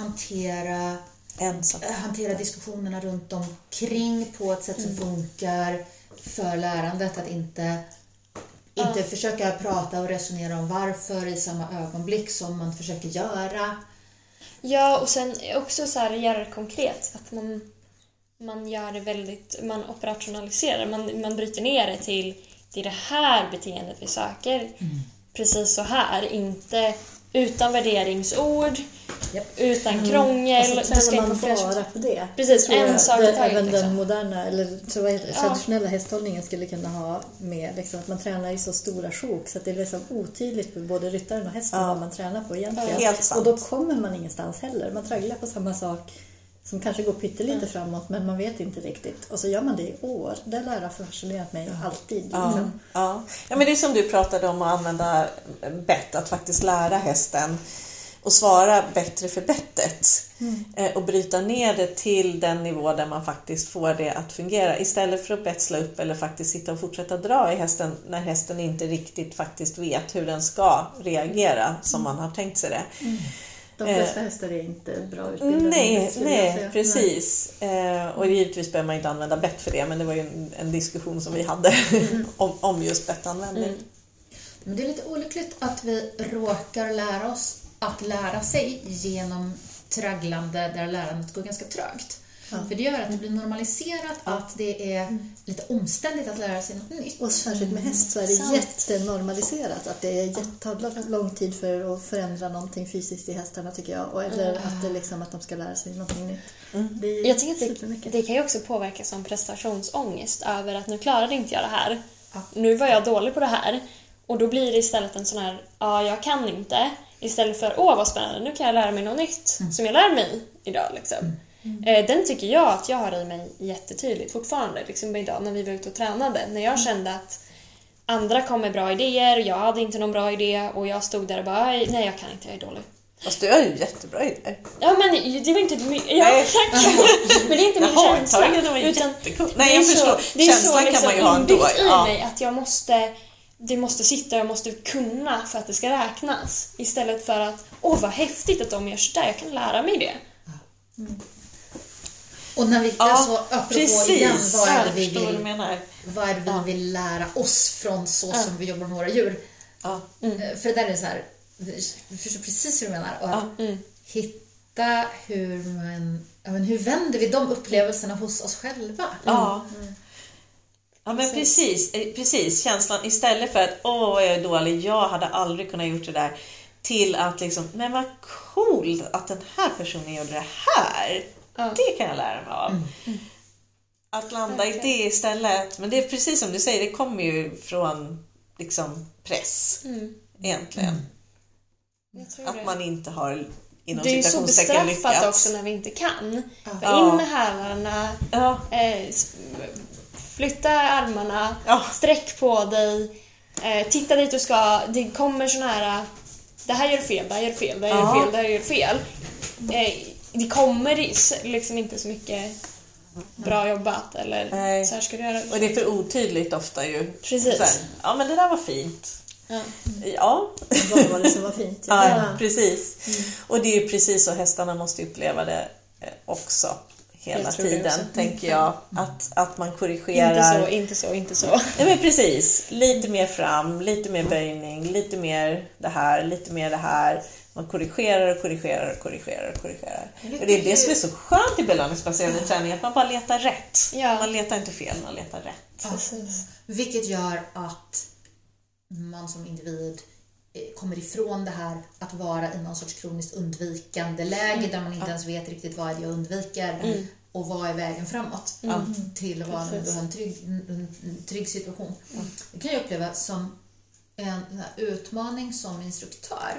hantera diskussionerna runt omkring på ett sätt som funkar för lärandet, att inte försöka prata och resonera om varför i samma ögonblick som man försöker göra. Ja, och sen också så här, göra det konkret, att man gör det väldigt, man operationaliserar, man bryter ner det till det här beteendet vi söker, precis så här, inte utan värderingsord, utan krångel. Och så tränar man bara på det. Precis, en sak i taget. Även den moderna, eller traditionella hästhållningen skulle kunna ha med liksom, att man tränar i så stora sjok så att det är liksom otydligt för både ryttaren och hästen vad man tränar på egentligen. Helt sant. Och då kommer man ingenstans heller. Man tragglar på samma sak som kanske går pyttelite framåt, men man vet inte riktigt. Och så gör man det i år. Det lär ha fascinerat mig alltid. Liksom. Ja, men det är som du pratade om att använda bett, att faktiskt lära hästen och svara bättre för bettet. Och bryta ner det till den nivå där man faktiskt får det att fungera. Istället för att betsla upp eller faktiskt sitta och fortsätta dra i hästen när hästen inte riktigt faktiskt vet hur den ska reagera som man har tänkt sig det. De flesta hästar är inte bra utbildade. Nej, precis. Och givetvis behöver man inte använda bett för det, men det var ju en diskussion som vi hade om just bettanvändning. Men det är lite olyckligt att vi råkar lära oss att lära sig genom tragglande där lärandet går ganska trögt. För det gör att det blir normaliserat att det är lite omständigt att lära sig något nytt. Och särskilt med häst så är det jättenormaliserat att det är lång tid för att förändra någonting fysiskt i hästarna tycker jag. Eller att det liksom att de ska lära sig någonting nytt. Jag tänker att det kan ju också påverka som prestationsångest över att nu klarade inte jag det här. Nu var jag dålig på det här. Och då blir det istället en sån här, jag kan inte. Istället för, vad spännande, nu kan jag lära mig något nytt som jag lär mig idag liksom. Den tycker jag att jag har i mig jättetydligt fortfarande liksom idag när vi var ute och tränade. När jag kände att andra kom med bra idéer, jag hade inte någon bra idé och jag stod där och bara, nej jag kan inte, jag är dålig. Fast du har ju jättebra idéer. Ja men det var inte men det är inte min känsla. Utan nej jag förstår, känslan kan man ju ha ändå. Det är i mig att det måste sitta, jag måste kunna för att det ska räknas. Istället för att, vad häftigt att de gör så där, jag kan lära mig det. Och när vi apropå igen, vad är det vi vill lära oss från så som vi jobbar med våra djur. För det där är så här, vi förstår precis hur du menar. Och att hitta hur vänder vi de upplevelserna hos oss själva. Ja men precis känslan istället för att jag är dålig, jag hade aldrig kunnat gjort det där, till att liksom, men vad coolt att den här personen gjorde det här. Det kan jag lära mig av. Att landa i det istället. Men det är precis som du säger, det kommer ju från liksom press egentligen. Att man inte har inom det är så bestraffat lyckats. Också när vi inte kan. In med hälarna, flytta armarna, sträck på dig, titta dit du ska. Det kommer sån här, det här gör fel, det här gör fel, det här gör fel, det här gör fel. Det kommer liksom inte så mycket bra jobbat eller så här ska du göra. Och det är för otydligt ofta ju. Precis. Här, men det där var fint. Vad var det som var fint? Precis. Och det är ju precis så hästarna måste uppleva det också. Hela tiden, tänker jag. Att man korrigerar. Inte så. Ja, men precis. Lite mer fram, lite mer böjning, lite mer det här, lite mer det här. Man korrigerar. Och det är det som är så skönt i belöningsbaserad träning, att man bara letar rätt. Man letar inte fel, man letar rätt. Precis. Vilket gör att man som individ kommer ifrån det här att vara i någon sorts kroniskt undvikande läge där man inte ens vet riktigt vad jag undviker och vad är vägen framåt till att vara en trygg situation. Det kan jag uppleva som en utmaning som instruktör,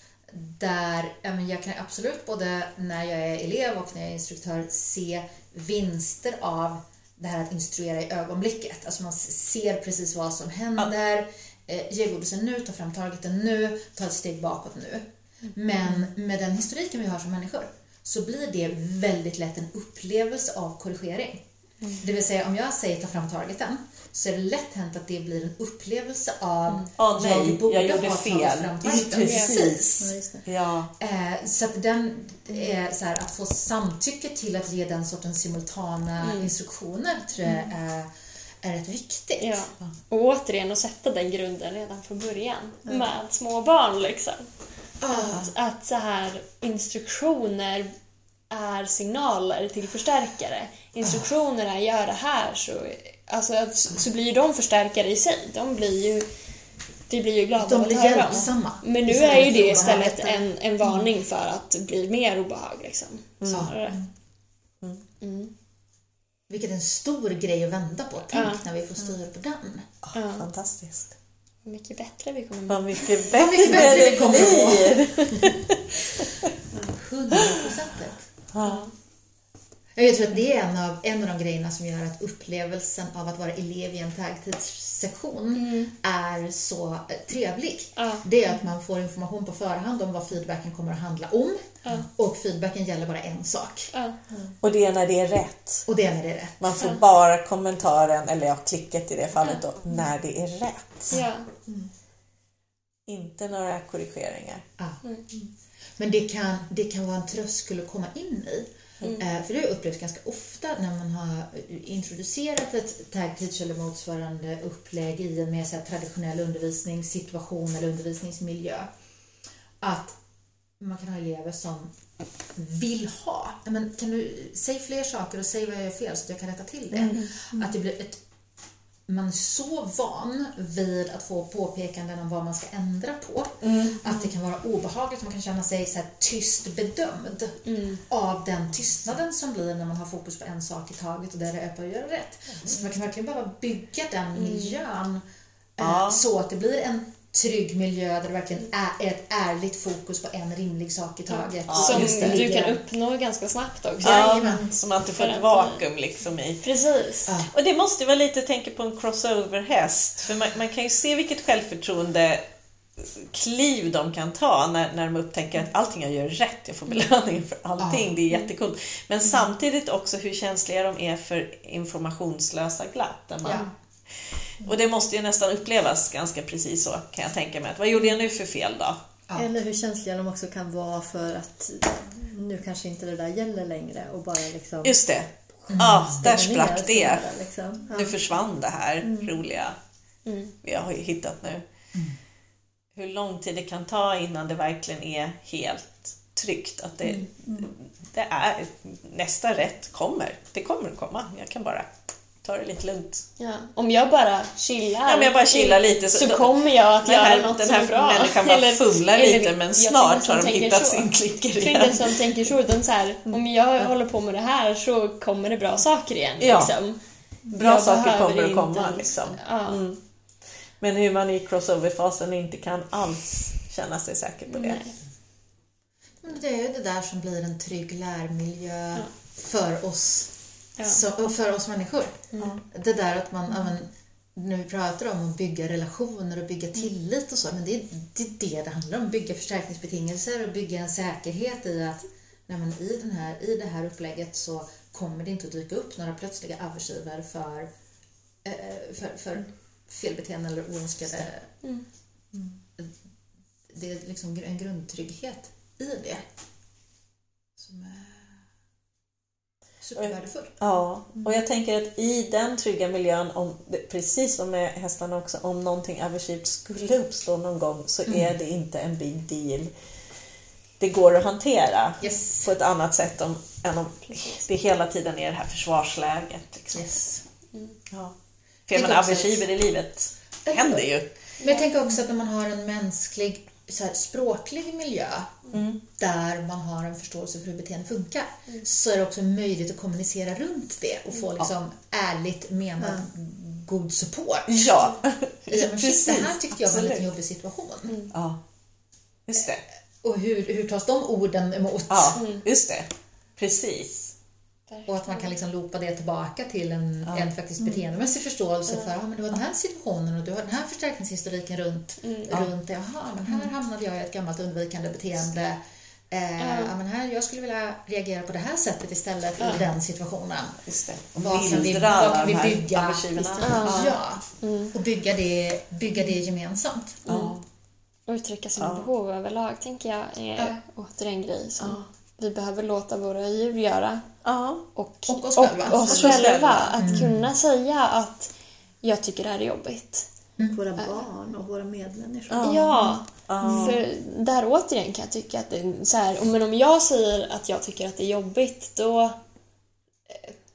där jag kan absolut både när jag är elev och när jag är instruktör se vinster av det här att instruera i ögonblicket. Alltså man ser precis vad som händer. Ge godisen nu, ta fram targeten nu, ta ett steg bakåt nu. Men med den historiken vi har som människor så blir det väldigt lätt en upplevelse av korrigering. Det vill säga, om jag säger ta fram targeten så är det lätt hänt att det blir en upplevelse av jag gjorde fel. Precis. Så att den är så här, att få samtycke till att ge den sortens simultana instruktioner tror jag är rätt viktigt. Och återigen att sätta den grunden redan från början med små barn liksom. Att så här instruktioner är signaler till förstärkare. Instruktioner är gör det här så blir de förstärkare i sig. De blir ju vi blir ju glada de av att blir höra hjälpsamma. Men nu är ju det istället en varning för att det blir mer obehag liksom. Vilket är en stor grej att vända på. Tänk när vi får styra på den. Fantastiskt. Vad mycket bättre vi kommer Vad mycket bättre vi kommer bli. 100%. Ja. Jag tror att det är en av de grejerna som gör att upplevelsen av att vara elev i en tagtidssektion är så trevlig. Det är att man får information på förhand om vad feedbacken kommer att handla om. Och feedbacken gäller bara en sak. Och det är när det är rätt. Och det är när det är rätt. Man får bara kommentaren, eller klicket i det fallet då, när det är rätt. Inte några korrigeringar. Men det kan vara en tröskel att komma in i. För det har jag upplevt ganska ofta när man har introducerat ett tag teach eller motsvarande upplägg i en mer så här traditionell undervisningssituation eller undervisningsmiljö. Att man kan ha elever som vill ha. Men kan du säga fler saker och säga vad jag gör fel så att jag kan rätta till det. Att det blir man är så van vid att få påpekanden om vad man ska ändra på. Att det kan vara obehagligt. Man kan känna sig så här tyst bedömd av den tystnaden som blir när man har fokus på en sak i taget och där det är på att göra rätt. Så man kan verkligen behöva bygga den miljön så att det blir en trygg miljö där det verkligen är ett ärligt fokus på en rimlig sak i taget. Som du kan uppnå ganska snabbt också. Som att du får ett vakuum liksom i. Precis. Och det måste vara lite tänka på en crossover-häst. För man kan ju se vilket självförtroende kliv de kan ta när de upptäcker att allting jag gör rätt, jag får belöning för allting, det är jättekult. Men samtidigt också hur känsliga de är för informationslösa glapp. Där man och det måste ju nästan upplevas ganska precis så, kan jag tänka mig. Vad gjorde jag nu för fel då? Eller hur känsliga de också kan vara för att nu kanske inte det där gäller längre och bara liksom... Just det. Där sprack det. Liksom. Nu försvann det här roliga vi har ju hittat nu. Hur lång tid det kan ta innan det verkligen är helt tryggt. Att det är nästa rätt kommer. Det kommer att komma. Jag kan bara... ta det lite lugnt. Om jag bara chillar, om jag bara chillar lite så kommer jag att göra något den som är bra. Människan bara fumlar lite, men snart har de hittat sin klicker igen. Jag finns den som tänker så, den så här, om jag håller på med det här så kommer det bra saker igen. Liksom. Bra saker kommer att komma. Liksom. Men hur man i crossover-fasen inte kan alls känna sig säker på det. Men det är ju det där som blir en trygg lärmiljö för oss. Så, för oss människor. Det där att man när vi pratar om att bygga relationer och bygga tillit och så, men det är det handlar om, bygga förstärkningsbetingelser och bygga en säkerhet i att i det här upplägget så kommer det inte att dyka upp några plötsliga aversivare för felbeteende eller oönskade. Det är liksom en grundtrygghet i det som är supervärdefull. Ja, och jag tänker att i den trygga miljön, precis som med hästarna också, om någonting aversivt skulle uppstå någon gång så är det inte en big deal. Det går att hantera på ett annat sätt än om det hela tiden är det här försvarsläget. Liksom. För man aversiver i livet händer ju. Men jag tänker också att när man har en mänsklig så här, språklig miljö där man har en förståelse för hur beteende funkar så är det också möjligt att kommunicera runt det och få liksom ärligt menad god support. Precis. Det här tyckte jag var en lite jobbig situation. Just det. Och hur tas de orden emot? Just det. Precis. Och att man kan liksom loopa det tillbaka till en faktiskt beteendemässig förståelse för men det var den här situationen och du har den här förstärkningshistoriken runt det. Jaha, men här hamnade jag i ett gammalt undvikande beteende. Men här, jag skulle vilja reagera på det här sättet istället i den situationen. Just det. Vad kan vi bygga och bygga det gemensamt. Uttrycka sina behov överlag tänker jag är åter en grej som vi behöver låta våra djur göra. Och oss själva. Att kunna säga att jag tycker det här är jobbigt. Våra barn och våra medmänniskor. För där återigen kan jag tycka att det är så här, men om jag säger att jag tycker att det är jobbigt, då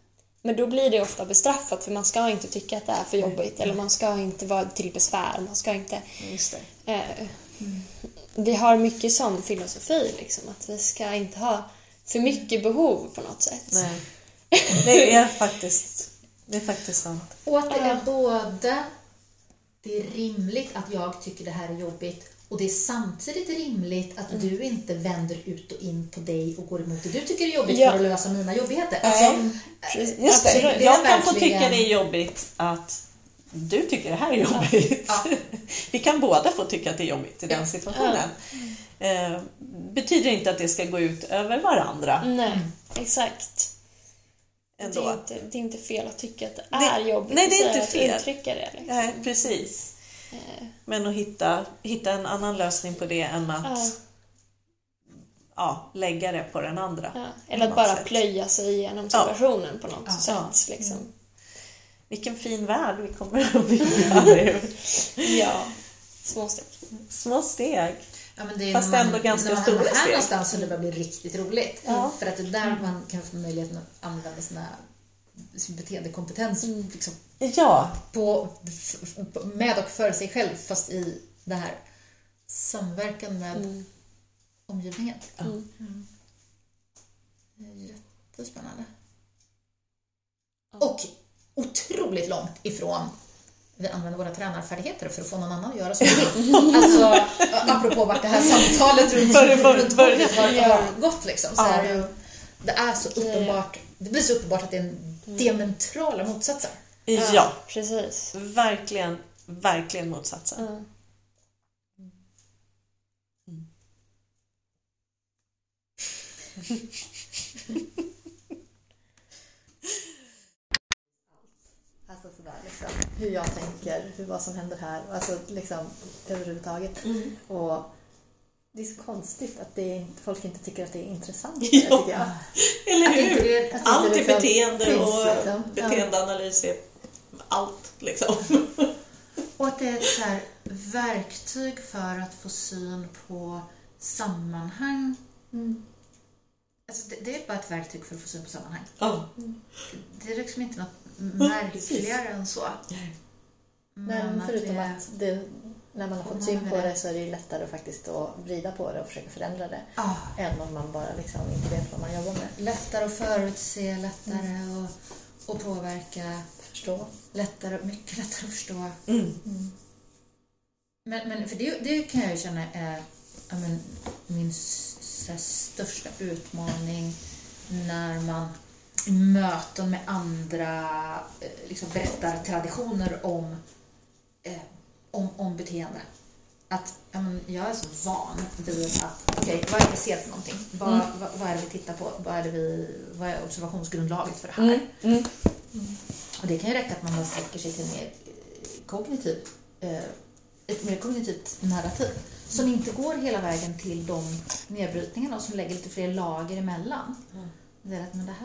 Men då blir det ofta bestraffat, för man ska inte tycka att det är för jobbigt. Eller man ska inte vara till besvär. Man ska inte... Just det. Vi har mycket sån filosofi, liksom, att vi ska inte ha för mycket behov på något sätt. Nej. Det är faktiskt sant. Och att det är både... Det är rimligt att jag tycker det här är jobbigt, och det är samtidigt rimligt att du inte vänder ut och in på dig och går emot det du tycker är jobbigt för att lösa mina jobbigheter. Just det. Jag kan få tycka det är jobbigt att du tycker det här är jobbigt. Ja. Vi kan båda få tycka att det är jobbigt i den situationen. Betyder inte att det ska gå ut över varandra. Nej, exakt. Det är inte fel att tycka att det är jobbigt. Nej, det är inte fel. Att uttrycka det. Liksom. Nej, precis. Men att hitta en annan lösning på det än att lägga det på den andra. Ja. Eller att bara plöja sig igenom situationen på något sätt. Liksom. Vilken fin värld vi kommer att bygga nu. Ja, små steg. Ja, men det är fast ändå ganska stora steg. Här någonstans som det börjar bli riktigt roligt. För att det är där man kan få möjligheten att använda sin beteendekompetens liksom, med och för sig själv, fast i det här samverkan med omgivningen. Det är jättespännande. Och otroligt långt ifrån vi använder våra tränarfärdigheter för att få någon annan att göra så mycket. Alltså, apropå vart det här samtalet runt bordet har gått liksom. Så här, det är så uppenbart, det blir så uppenbart att det är en diametrala motsatser. Ja, precis. Verkligen motsatsen. Alltså sådär, liksom, hur jag tänker, vad som händer här, alltså liksom överhuvudtaget. Och det är så konstigt att folk inte tycker att det är intressant. Tycker jag. Eller hur? Allt är liksom beteende och liksom. beteendeanalys är allt liksom. Och att det är ett så här verktyg för att få syn på sammanhang. Alltså det är bara ett verktyg för att få syn på sammanhang. Det är liksom inte något märkligare än så. Men förutom att när man har fått syn på det så är det lättare faktiskt att vrida på det och försöka förändra det. Än om man bara liksom inte vet vad man jobbar med. Lättare att förutse, lättare att påverka, förstå. mycket lättare att förstå. Men för det kan jag ju känna är min största utmaning när man i möten med andra liksom berättar traditioner om beteende. Att jag är så van vid att vad är det ser för någonting? Vad är det vi tittar på? Vad är observationsgrundlaget för det här? Och det kan ju räcka att man sträcker sig till ett mer kognitivt narrativ som inte går hela vägen till de nedbrytningarna och som lägger lite fler lager emellan. Det är att det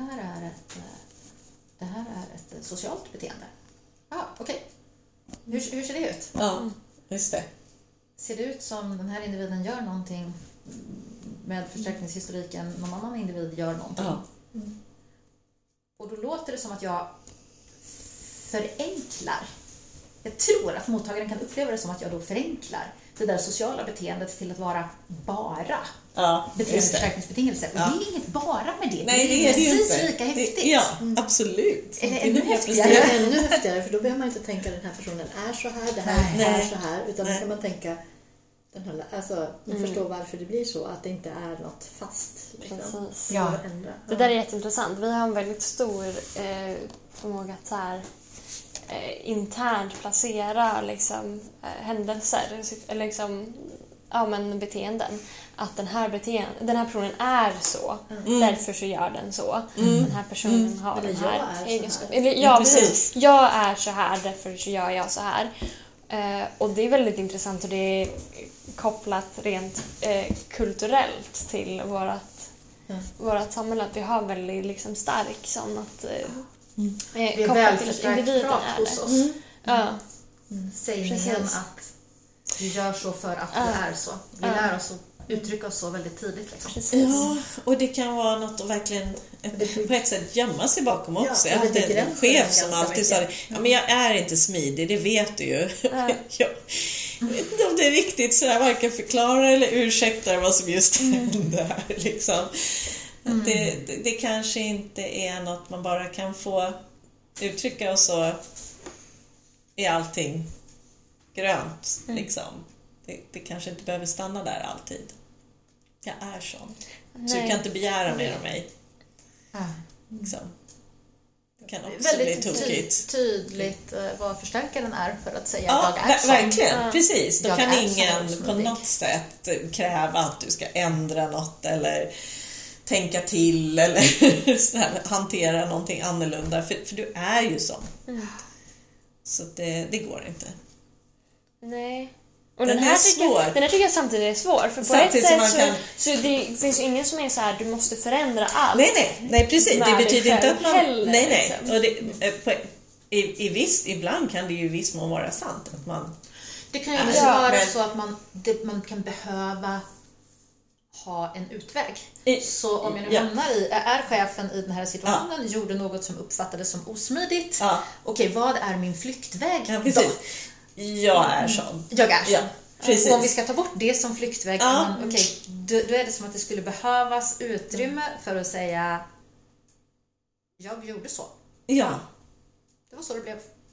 här är ett socialt beteende. Okej. Hur ser det ut? Ja, just det. Ser det ut som den här individen gör någonting med förstärkningshistoriken, någon annan individ gör någonting? Och då låter det som att jag förenklar. Jag tror att mottagaren kan uppleva det som att jag då förenklar det där sociala beteendet till att vara bara beteendeförstärkningsbetingelser. Och det är inget bara med det. Nej, det är precis lika häftigt. Absolut. Eller ännu häftigare. Ännu häftigare, för då behöver man inte tänka att den här personen är så här, det här är så här, utan då ska man tänka förstå varför det blir så, att det inte är något fast. Liksom. Det där är jätteintressant. Vi har en väldigt stor förmåga att så här, internt placera liksom, händelser eller liksom, beteenden. Att den här personen är så, därför så gör den så. Den här personen har den här egenskapen. Precis. Jag är så här, därför så gör jag så här. Och det är väldigt intressant, och det är kopplat rent kulturellt till vårat samhälle, att vi har väldigt liksom, stark sån att vi är välförstärkt prat hos oss. Sägningen att vi gör så för att vi är så. Vi lär oss att uttrycka oss så väldigt tidigt. Precis. Ja, och det kan vara något att verkligen på ett sätt gömma sig bakom också. Jag hade en chef som alltid sa men jag är inte smidig, det vet du ju. Jag vet inte om det är viktigt så jag varken förklara eller ursäkta vad som just hände här. Liksom. Det kanske inte är något man bara kan få uttrycka och så är allting grönt. Liksom. Det kanske inte behöver stanna där alltid. Jag är sån. Så du kan inte begära mer av mig. Liksom. Det kan också väldigt bli tokigt. Tydligt vad förstärkaren är för att säga jag är sån. Verkligen, precis. Då jag kan ingen på något sätt kräva att du ska ändra något eller tänka till eller sådär, hantera någonting annorlunda. För du är ju sån. Så det går inte. Nej. Och den här tycker jag samtidigt är svår. För på samtidigt ett sätt så det finns ju ingen som är så här: du måste förändra allt. Nej, precis. Det betyder inte att man... Heller, nej. Och ibland kan det ju i viss mån vara sant. Att man det kan ju vara så att man kan behöva ha en utväg. Så om jag nu hamnar är chefen i den här situationen gjorde något som uppfattades som osmidigt. Okej, vad är min flyktväg då? Jag är sån. Precis. Och om vi ska ta bort det som flyktväg, då är det som att det skulle behövas utrymme för att säga jag gjorde så. Ja. Det var så det blev.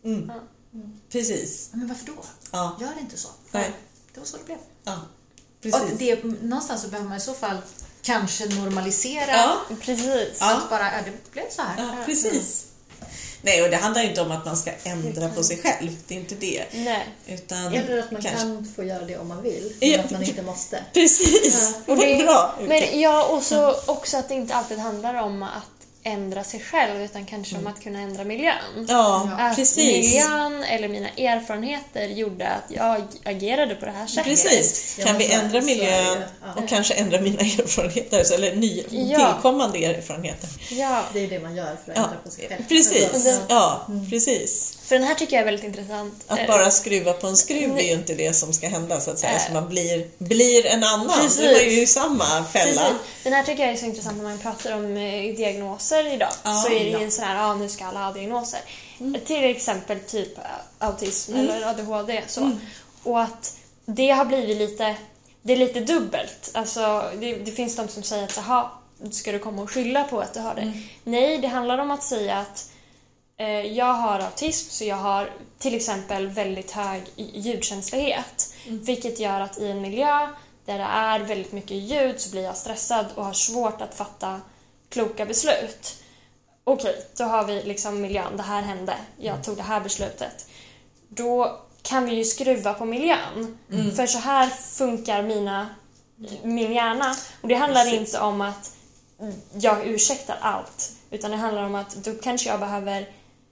Precis. Men varför då? Gör det inte så. Nej. Det var så det blev. Precis. Och det, någonstans så behöver man i så fall kanske normalisera. Precis. Att bara, det blev så här. Precis. Nej, och det handlar ju inte om att man ska ändra på sig själv. Det är inte det. Nej. Utan eller att man kan få göra det om man vill. Men att man inte måste. Precis. Och det är bra. Men också att det inte alltid handlar om att ändra sig själv utan kanske om att kunna ändra miljön. Att precis. Miljön eller mina erfarenheter gjorde att jag agerade på det här sättet. Precis. Kan vi ändra miljön och kanske ändra mina erfarenheter eller tillkommande erfarenheter. Ja. Det är det man gör för att ändra på sig själv. Precis. Precis. För den här tycker jag är väldigt intressant. Att bara skruva på en skruv är ju inte det som ska hända så att säga. Så man blir en annan. Precis. Det var ju i samma fälla. Precis. Den här tycker jag är så intressant när man pratar om diagnoser idag. Så är det ju en sån här, nu ska alla ha diagnoser. Till exempel typ autism eller ADHD. Så. Och att det har blivit lite dubbelt. Alltså, det finns de som säger att ska du komma och skylla på att du har det? Nej, det handlar om att säga att jag har autism så jag har till exempel väldigt hög ljudkänslighet. Vilket gör att i en miljö där det är väldigt mycket ljud så blir jag stressad och har svårt att fatta kloka beslut. Okej, då har vi liksom miljön, det här hände, jag tog det här beslutet. Då kan vi ju skruva på miljön. För så här funkar min hjärna. Och det handlar inte om att jag ursäktar allt. Utan det handlar om att då kanske jag behöver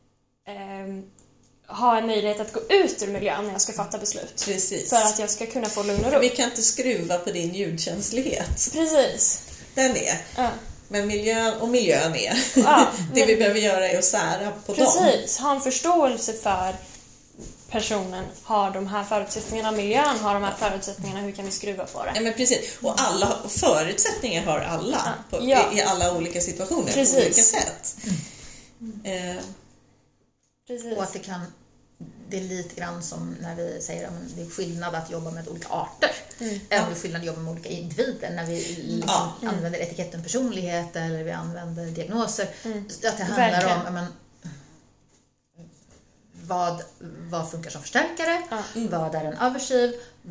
ha en möjlighet att gå ut ur miljön när jag ska fatta beslut. Precis. För att jag ska kunna få lugn och ro. Vi kan inte skruva på din ljudkänslighet. Precis. Den är. Men miljön är. Det vi behöver göra är att sära på dem. Precis. Ha en förståelse för personen har de här förutsättningarna, miljön har de här förutsättningarna, hur kan vi skruva på det? Ja, men precis. Och alla förutsättningar har alla i alla olika situationer på olika sätt. Precis. Och att det är lite grann som när vi säger att det är skillnad att jobba med olika arter. Även det är skillnad att jobba med olika individer. När vi använder etiketten personlighet eller vi använder diagnoser. Att det handlar om vad funkar som förstärkare, vad är en aversiv,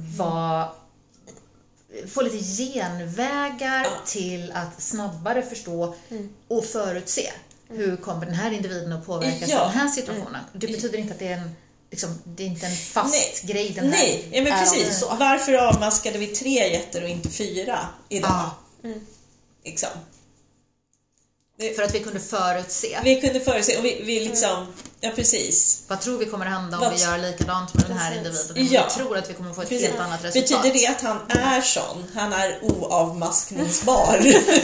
få lite genvägar till att snabbare förstå och förutse. Hur kommer den här individen att påverkas av den här situationen? Det betyder inte att det är det är inte en fast grej. Nej, men precis. Så. Varför avmaskade vi 3 getter och inte 4 idag? Liksom. För att vi kunde förutse. Och vi liksom, precis. Vad tror vi kommer att hända om vi gör likadant med den här individen? Vi tror att vi kommer att få ett helt annat resultat. Betyder det att han är sån? Han är oavmaskningsbar?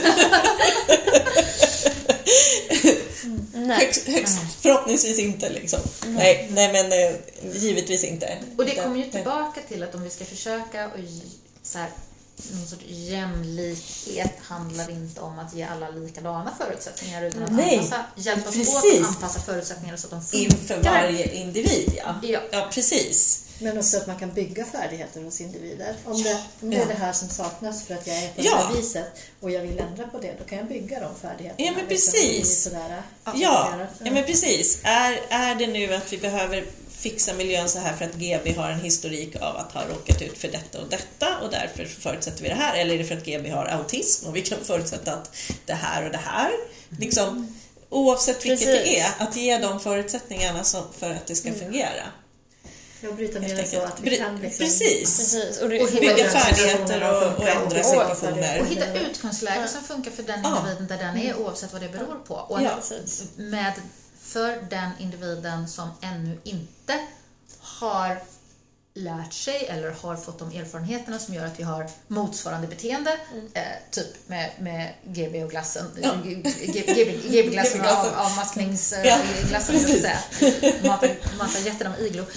Högst förhoppningsvis inte liksom. Nej, men givetvis inte. Och det kommer ju tillbaka till att om vi ska försöka och någon sorts jämlikhet handlar inte om att ge alla likadana förutsättningar utan att hjälpas åt att anpassa förutsättningar så att de funkar. Inför varje individ, ja, precis. Men också att man kan bygga färdigheter hos individer. Om det är det här som saknas för att jag är på det här viset och jag vill ändra på det, då kan jag bygga de färdigheterna. Ja, men precis. Men precis. Är det nu att vi behöver fixa miljön så här för att GB har en historik av att ha råkat ut för detta och därför förutsätter vi det här, eller är det för att GB har autism och vi kan förutsätta att det här och det här liksom, oavsett vilket det är, att ge de förutsättningarna för att det ska fungera. Jag bryter ner så att vi kan liksom... Precis. Och bygga färdigheter och ändra situationer. Och hitta utgångsläge som funkar för den individen där den är, oavsett vad det beror på. Och för den individen som ännu inte har lärt sig eller har fått de erfarenheterna som gör att vi har motsvarande beteende, typ med GB och glassen, GB-glassen och avmaskningsglassen, mata jätterna med iglo.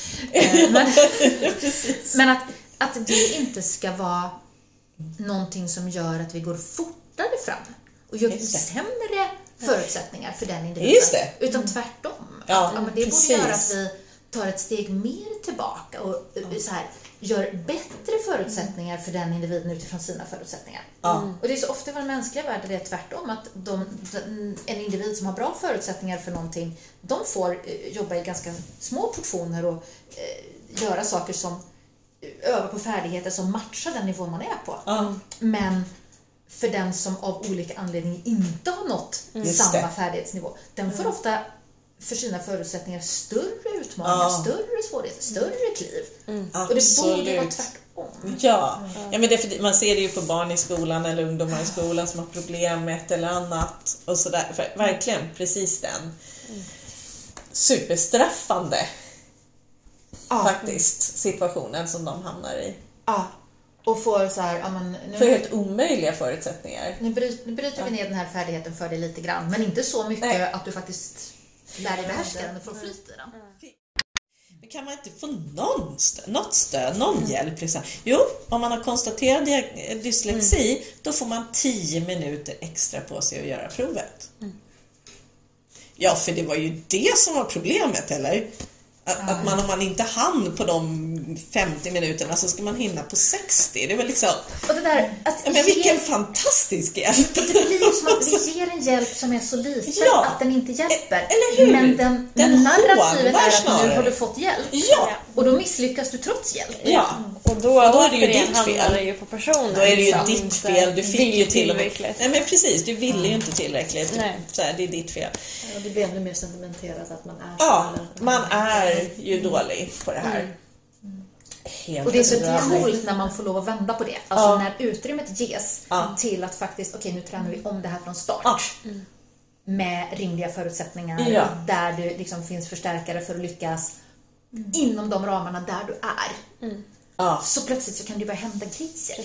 Men att det inte ska vara någonting som gör att vi går fortare fram och gör sämre förutsättningar för den individen. Utan tvärtom. Det borde göra att vi tar ett steg mer tillbaka och så här, gör bättre förutsättningar för den individen utifrån sina förutsättningar. Och det är så ofta i vår mänskliga värld det är tvärtom, att en individ som har bra förutsättningar för någonting, de får jobba i ganska små portioner och göra saker som öva på färdigheter som matchar den nivå man är på. Men för den som av olika anledningar inte har nått samma färdighetsnivå, den får ofta för sina förutsättningar större utmaningar, större svårigheter, större kliv. Och det borde vara tvärtom. Ja, men man ser det ju på barn i skolan eller ungdomar i skolan som har problem med ett eller annat och sådär. Verkligen, precis den superstraffande faktiskt situationen som de hamnar i. Och får så här, för helt omöjliga förutsättningar. Nu bryter vi ner den här färdigheten för dig lite grann, men inte så mycket att du faktiskt lär dig behärska den och får flyt i den. Men kan man inte få något stöd, någon hjälp? Liksom? Jo, om man har konstaterat dyslexi, då får man 10 minuter extra på sig att göra provet. Ja, för det var ju det som var problemet, eller? Att om man inte hann på de 50 minuterna så ska man hinna på 60. Det var liksom... Och det där, men vilken fantastisk hjälp! Det blir som att vi ger en hjälp som är så liten att den inte hjälper. Eller hur? Men den narrativet är att nu har du fått hjälp. Och då misslyckas du trots hjälp. Och då är det ju ditt fel. Det ju på personen. Då är det ju ditt fel. Du fick ju till och med... Nej, men precis. Du ville ju inte tillräckligt. Så här, det är ditt fel. Ja, det blir ännu mer sentimenterat att man är man är ju dålig på det här. Och det är så coolt när man får lov att vända på det. Alltså när utrymmet ges till att faktiskt, okej, nu tränar vi om det här från start. Med rimliga förutsättningar. Där det liksom finns förstärkare för att lyckas inom de ramarna där du är. Så plötsligt så kan det börja hända grejer.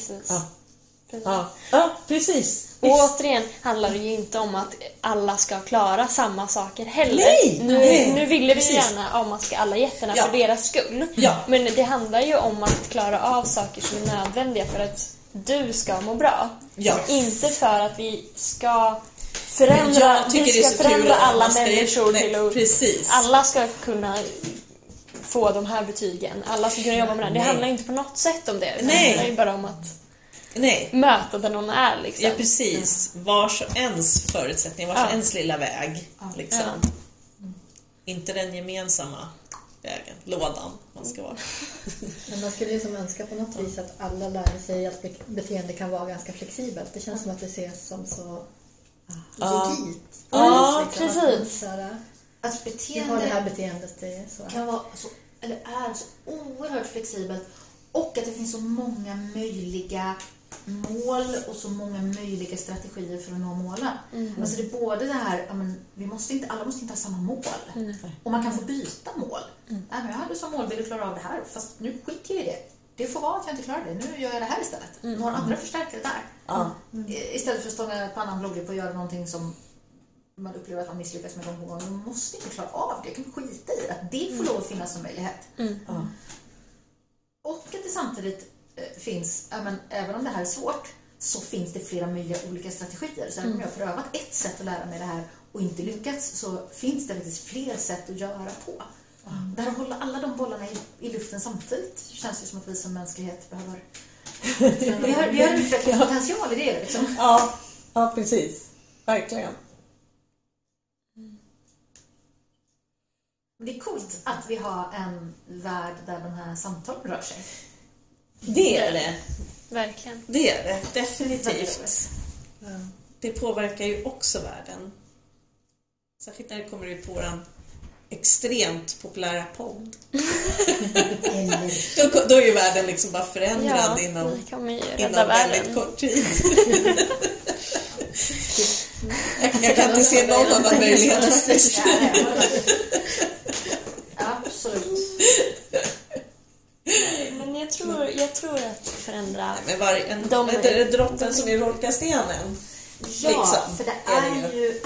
Precis. Och återigen handlar det ju inte om att alla ska klara samma saker heller. Nu ville vi gärna om man ska alla jätterna för deras skull. Men det handlar ju om att klara av saker som är nödvändiga för att du ska må bra. Inte för att vi ska förändra alla människor till att alla ska kunna få de här betygen. Alla ska kunna jobba med det. Det handlar inte på något sätt om det. Det handlar ju bara om att möta där någon är liksom. Ja, precis. Vars och ens förutsättning, vars och ens lilla väg liksom. Inte den gemensamma vägen, lådan man ska vara. Men man skulle ju som önska på något vis att alla lär sig att beteende kan vara ganska flexibelt. Det känns som att det ses som så rigid. Precis. Att beteende har det här beteendet det så. Kan vara så, eller är så oerhört flexibelt. Och att det finns så många möjliga mål och så många möjliga strategier för att nå målen. Alltså det är både det här, alla måste inte ha samma mål. Och man kan få byta mål. Nej, men jag hade som målbild att klara av det här, fast nu skiter jag i det. Det får vara att jag inte klarar det. Nu gör jag det här istället. Några andra förstärker det där. Istället för att stånga på annan blodig på att göra någonting som man upplever att man misslyckas med någon gång. Man måste inte klara av det. Jag kan skita i att det får lov att finnas som möjlighet. Och att det samtidigt finns, även om det här är svårt, så finns det flera möjliga olika strategier. Så om jag har prövat ett sätt att lära mig det här och inte lyckats, så finns det faktiskt fler sätt att göra på. Där hålla alla de bollarna i luften samtidigt känns det som att vi som mänsklighet behöver... vi har utvecklingspotential i det liksom. Ja, precis. Verkligen. Det är coolt att vi har en värld där de här samtalen rör sig. Det är det. Verkligen. Det är det, definitivt. Det påverkar ju också världen. Särskilt när det kommer ut på våran extremt populära podd. Då är ju världen liksom bara förändrad inom väldigt kort tid. Jag kan inte se någon annan möjlighet faktiskt. Absolut. Men jag tror att förändra... droppen som är rolka stenen. Ja, liksom. För det är ju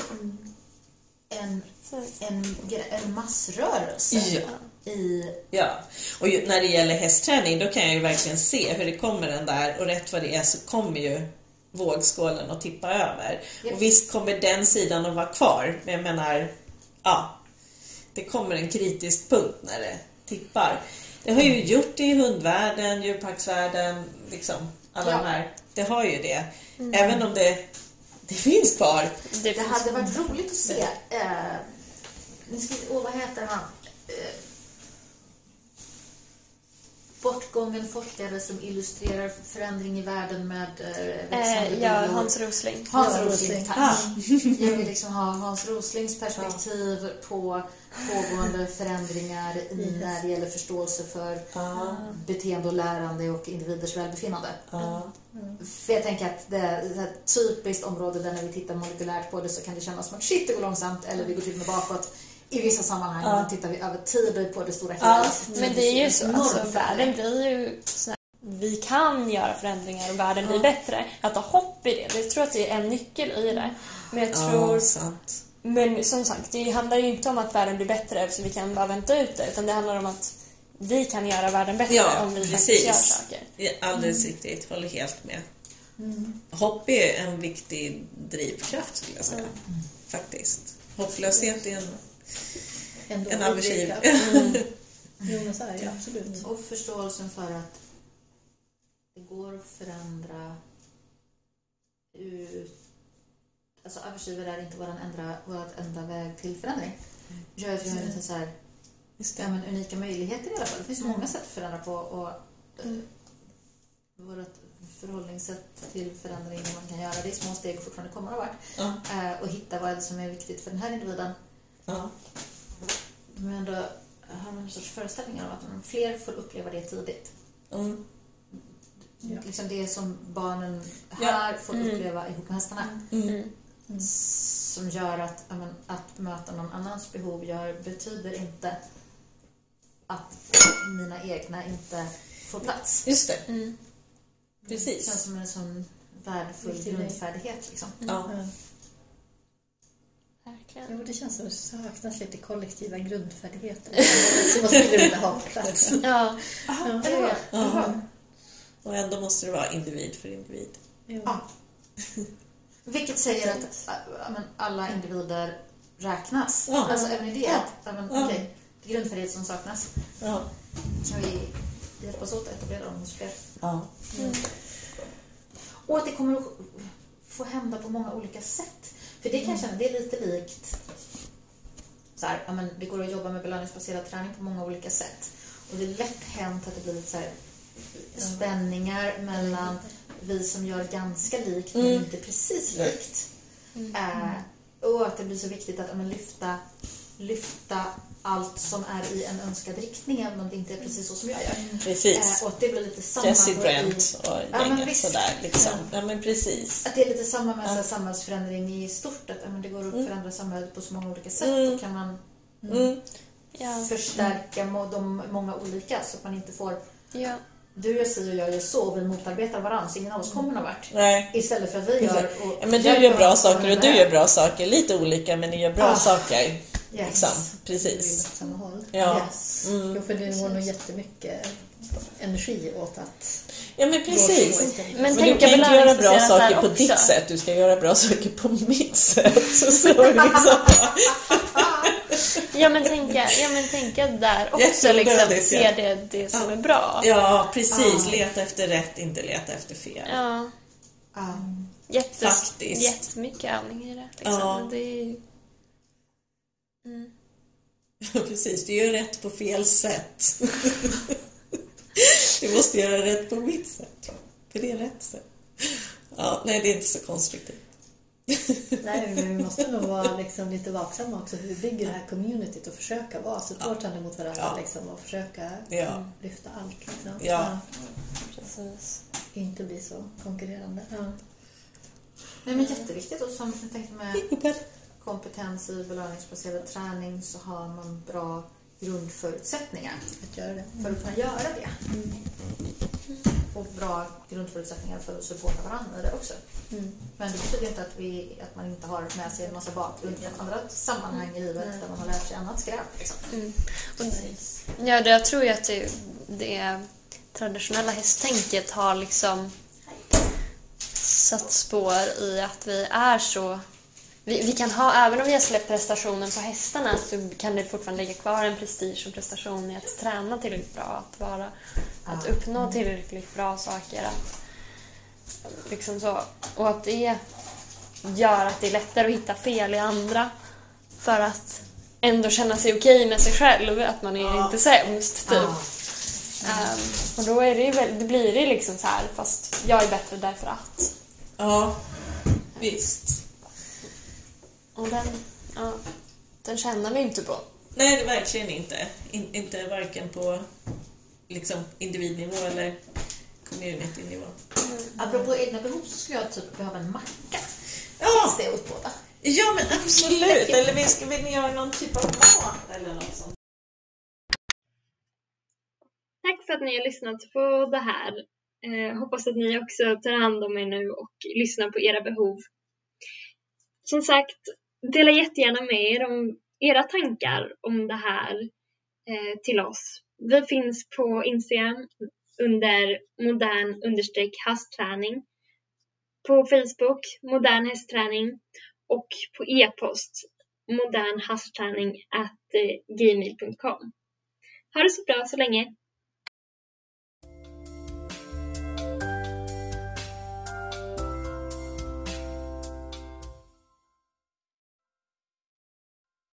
en massrörelse. Ja. Och när det gäller hästträning, då kan jag ju verkligen se hur det kommer den där, och rätt vad det är så kommer ju vågskålen att tippa över. Yep. Och visst kommer den sidan att vara kvar, men jag menar, det kommer en kritisk punkt när det tippar. Det har ju gjort det i hundvärlden, djurparksvärlden, liksom alla de här. Det har ju det. Även om det finns kvar. Det hade varit roligt att se. Vad heter han? Bortgången forskare som illustrerar förändring i världen med Hans Rosling. Hans Rosling, tack. Jag vill liksom ha Hans Roslings perspektiv på pågående förändringar när det gäller förståelse för beteende och lärande och individers välbefinnande. För jag tänker att det är ett typiskt område där när vi tittar molekylärt på det så kan det kännas som att shit, det går långsamt, eller vi går till och med bakåt. I vissa sammanhang tittar vi över tid på det stora hela. Men det är ju så, alltså, världen blir ju så, vi kan göra förändringar och världen blir bättre. Att ha hopp i det, jag tror att det är en nyckel i det. Men jag tror... sant. Men som sagt, det handlar ju inte om att världen blir bättre så vi kan bara vänta ut det, utan det handlar om att vi kan göra världen bättre om vi faktiskt gör saker. Alldeles riktigt, håller helt med. Hopp är en viktig drivkraft skulle jag säga. Faktiskt. Hopplöshet är en aversiv. Jo, men så är det, absolut. Och förståelsen för att det går att förändra ut. Alltså aversiver är inte vår enda väg till förändring. Gör att vi har lite så här unika möjligheter i alla fall. Det finns många sätt att förändra på, och vårt förhållningssätt till förändring man kan göra det i små steg och fortfarande kommer att vara. Och hitta vad är det som är viktigt för den här individen. Men ändå har man en sorts föreställning om att fler får uppleva det tidigt. Liksom det som barnen här får uppleva ihop med hästarna. Som gör att möta någon annans behov betyder inte att mina egna inte får plats. Just det. Precis. Det känns som en sån värdefull grundfärdighet liksom. Jo, det känns som att det saknas lite kollektiva grundfärdigheter som man skulle vilja ha på plats. Och ändå måste det vara individ för individ. Vilket säger att alla individer räknas. Alltså även i det att det är grundfärdighet som saknas. Kan vi hjälpas åt att etablera dem hos fler. Och att det kommer att få hända på många olika sätt. För det kan jag känna, det är lite likt så här, det går att jobba med belöningsbaserad träning på många olika sätt. Och det är lätt hänt att det blir lite så här spänningar mellan vi som gör ganska likt men inte precis likt. Och att det blir så viktigt att lyfta allt som är i en önskad riktning, även om det inte är precis så som jag gör. Precis. Och att det blir lite samma Jesse Brent och gänget sådär liksom. Men precis. Att det är lite samma med samhällsförändring i stort, att det går att förändra samhället på så många olika sätt. Och kan man förstärka de många olika så att man inte får du gör si och jag gör så och vi motarbetar varandra så ingen av oss kommer någon vart. Nej. Istället för att vi gör... men du gör bra saker och du gör bra saker. Lite olika, men ni gör bra saker. Liksom. Precis. Ja. Yes. Jo, för det går nog jättemycket energi åt att... Ja, men precis. Men du kan inte göra bra saker på ditt sätt. Du ska göra bra saker på mitt sätt. Så liksom. Ja, men tänka där också liksom, se det som är bra. Ja, precis. Leta efter rätt, inte leta efter fel. Ja. Jättemycket övning i det. Liksom. Ja. Det är ju... Precis, du gör rätt på fel sätt. Du måste göra rätt på mitt sätt. För det är rätt sätt. Ja, nej, det är inte så konstruktivt. Nej, men vi måste nog vara liksom lite vaksamma också hur vi bygger det här communityt och försöka vara supportande mot varandra liksom, och försöka lyfta allt. Liksom. Ja. Precis. Inte bli så konkurrerande. Nej, men jätteviktigt. Och som jag tänkte med kompetens i belöningsbaserad träning så har man bra grundförutsättningar att göra det. För att kunna göra det. Och bra grundförutsättningar för att supporta varandra i det också. Men det betyder inte att man inte har med sig en massa bakgrund i andra sammanhang i livet där man har lärt sig annat skräp. Liksom. Jag tror ju att det traditionella hästtänket har liksom satt spår i att vi är så... Vi kan ha, även om vi har släppt prestationen på hästarna så kan det fortfarande ligga kvar en prestige och prestation i att träna tillräckligt bra, att uppnå tillräckligt bra saker. Liksom så. Och att det gör att det är lättare att hitta fel i andra för att ändå känna sig okej med sig själv, att man är inte sämst typ. Och då är det blir det liksom så här, fast jag är bättre därför att. Ja, visst. Och den känner vi inte på. Nej, det verkligen inte. Inte varken på liksom individnivå eller communitynivå. Apropå egna behov så skulle jag typ behöva en macka. Ja. Finns det åt båda? Ja, men absolut. Eller vill ni göra någon typ av mat eller något sånt? Tack för att ni har lyssnat på det här. Hoppas att ni också tar hand om er nu och lyssnar på era behov. Som sagt, dela jättegärna med er om era tankar om det här till oss. Vi finns på Instagram under modern_hastträning, på Facebook modern hästträning och på e-post modernhastträning@gmail.com. Ha det så bra så länge!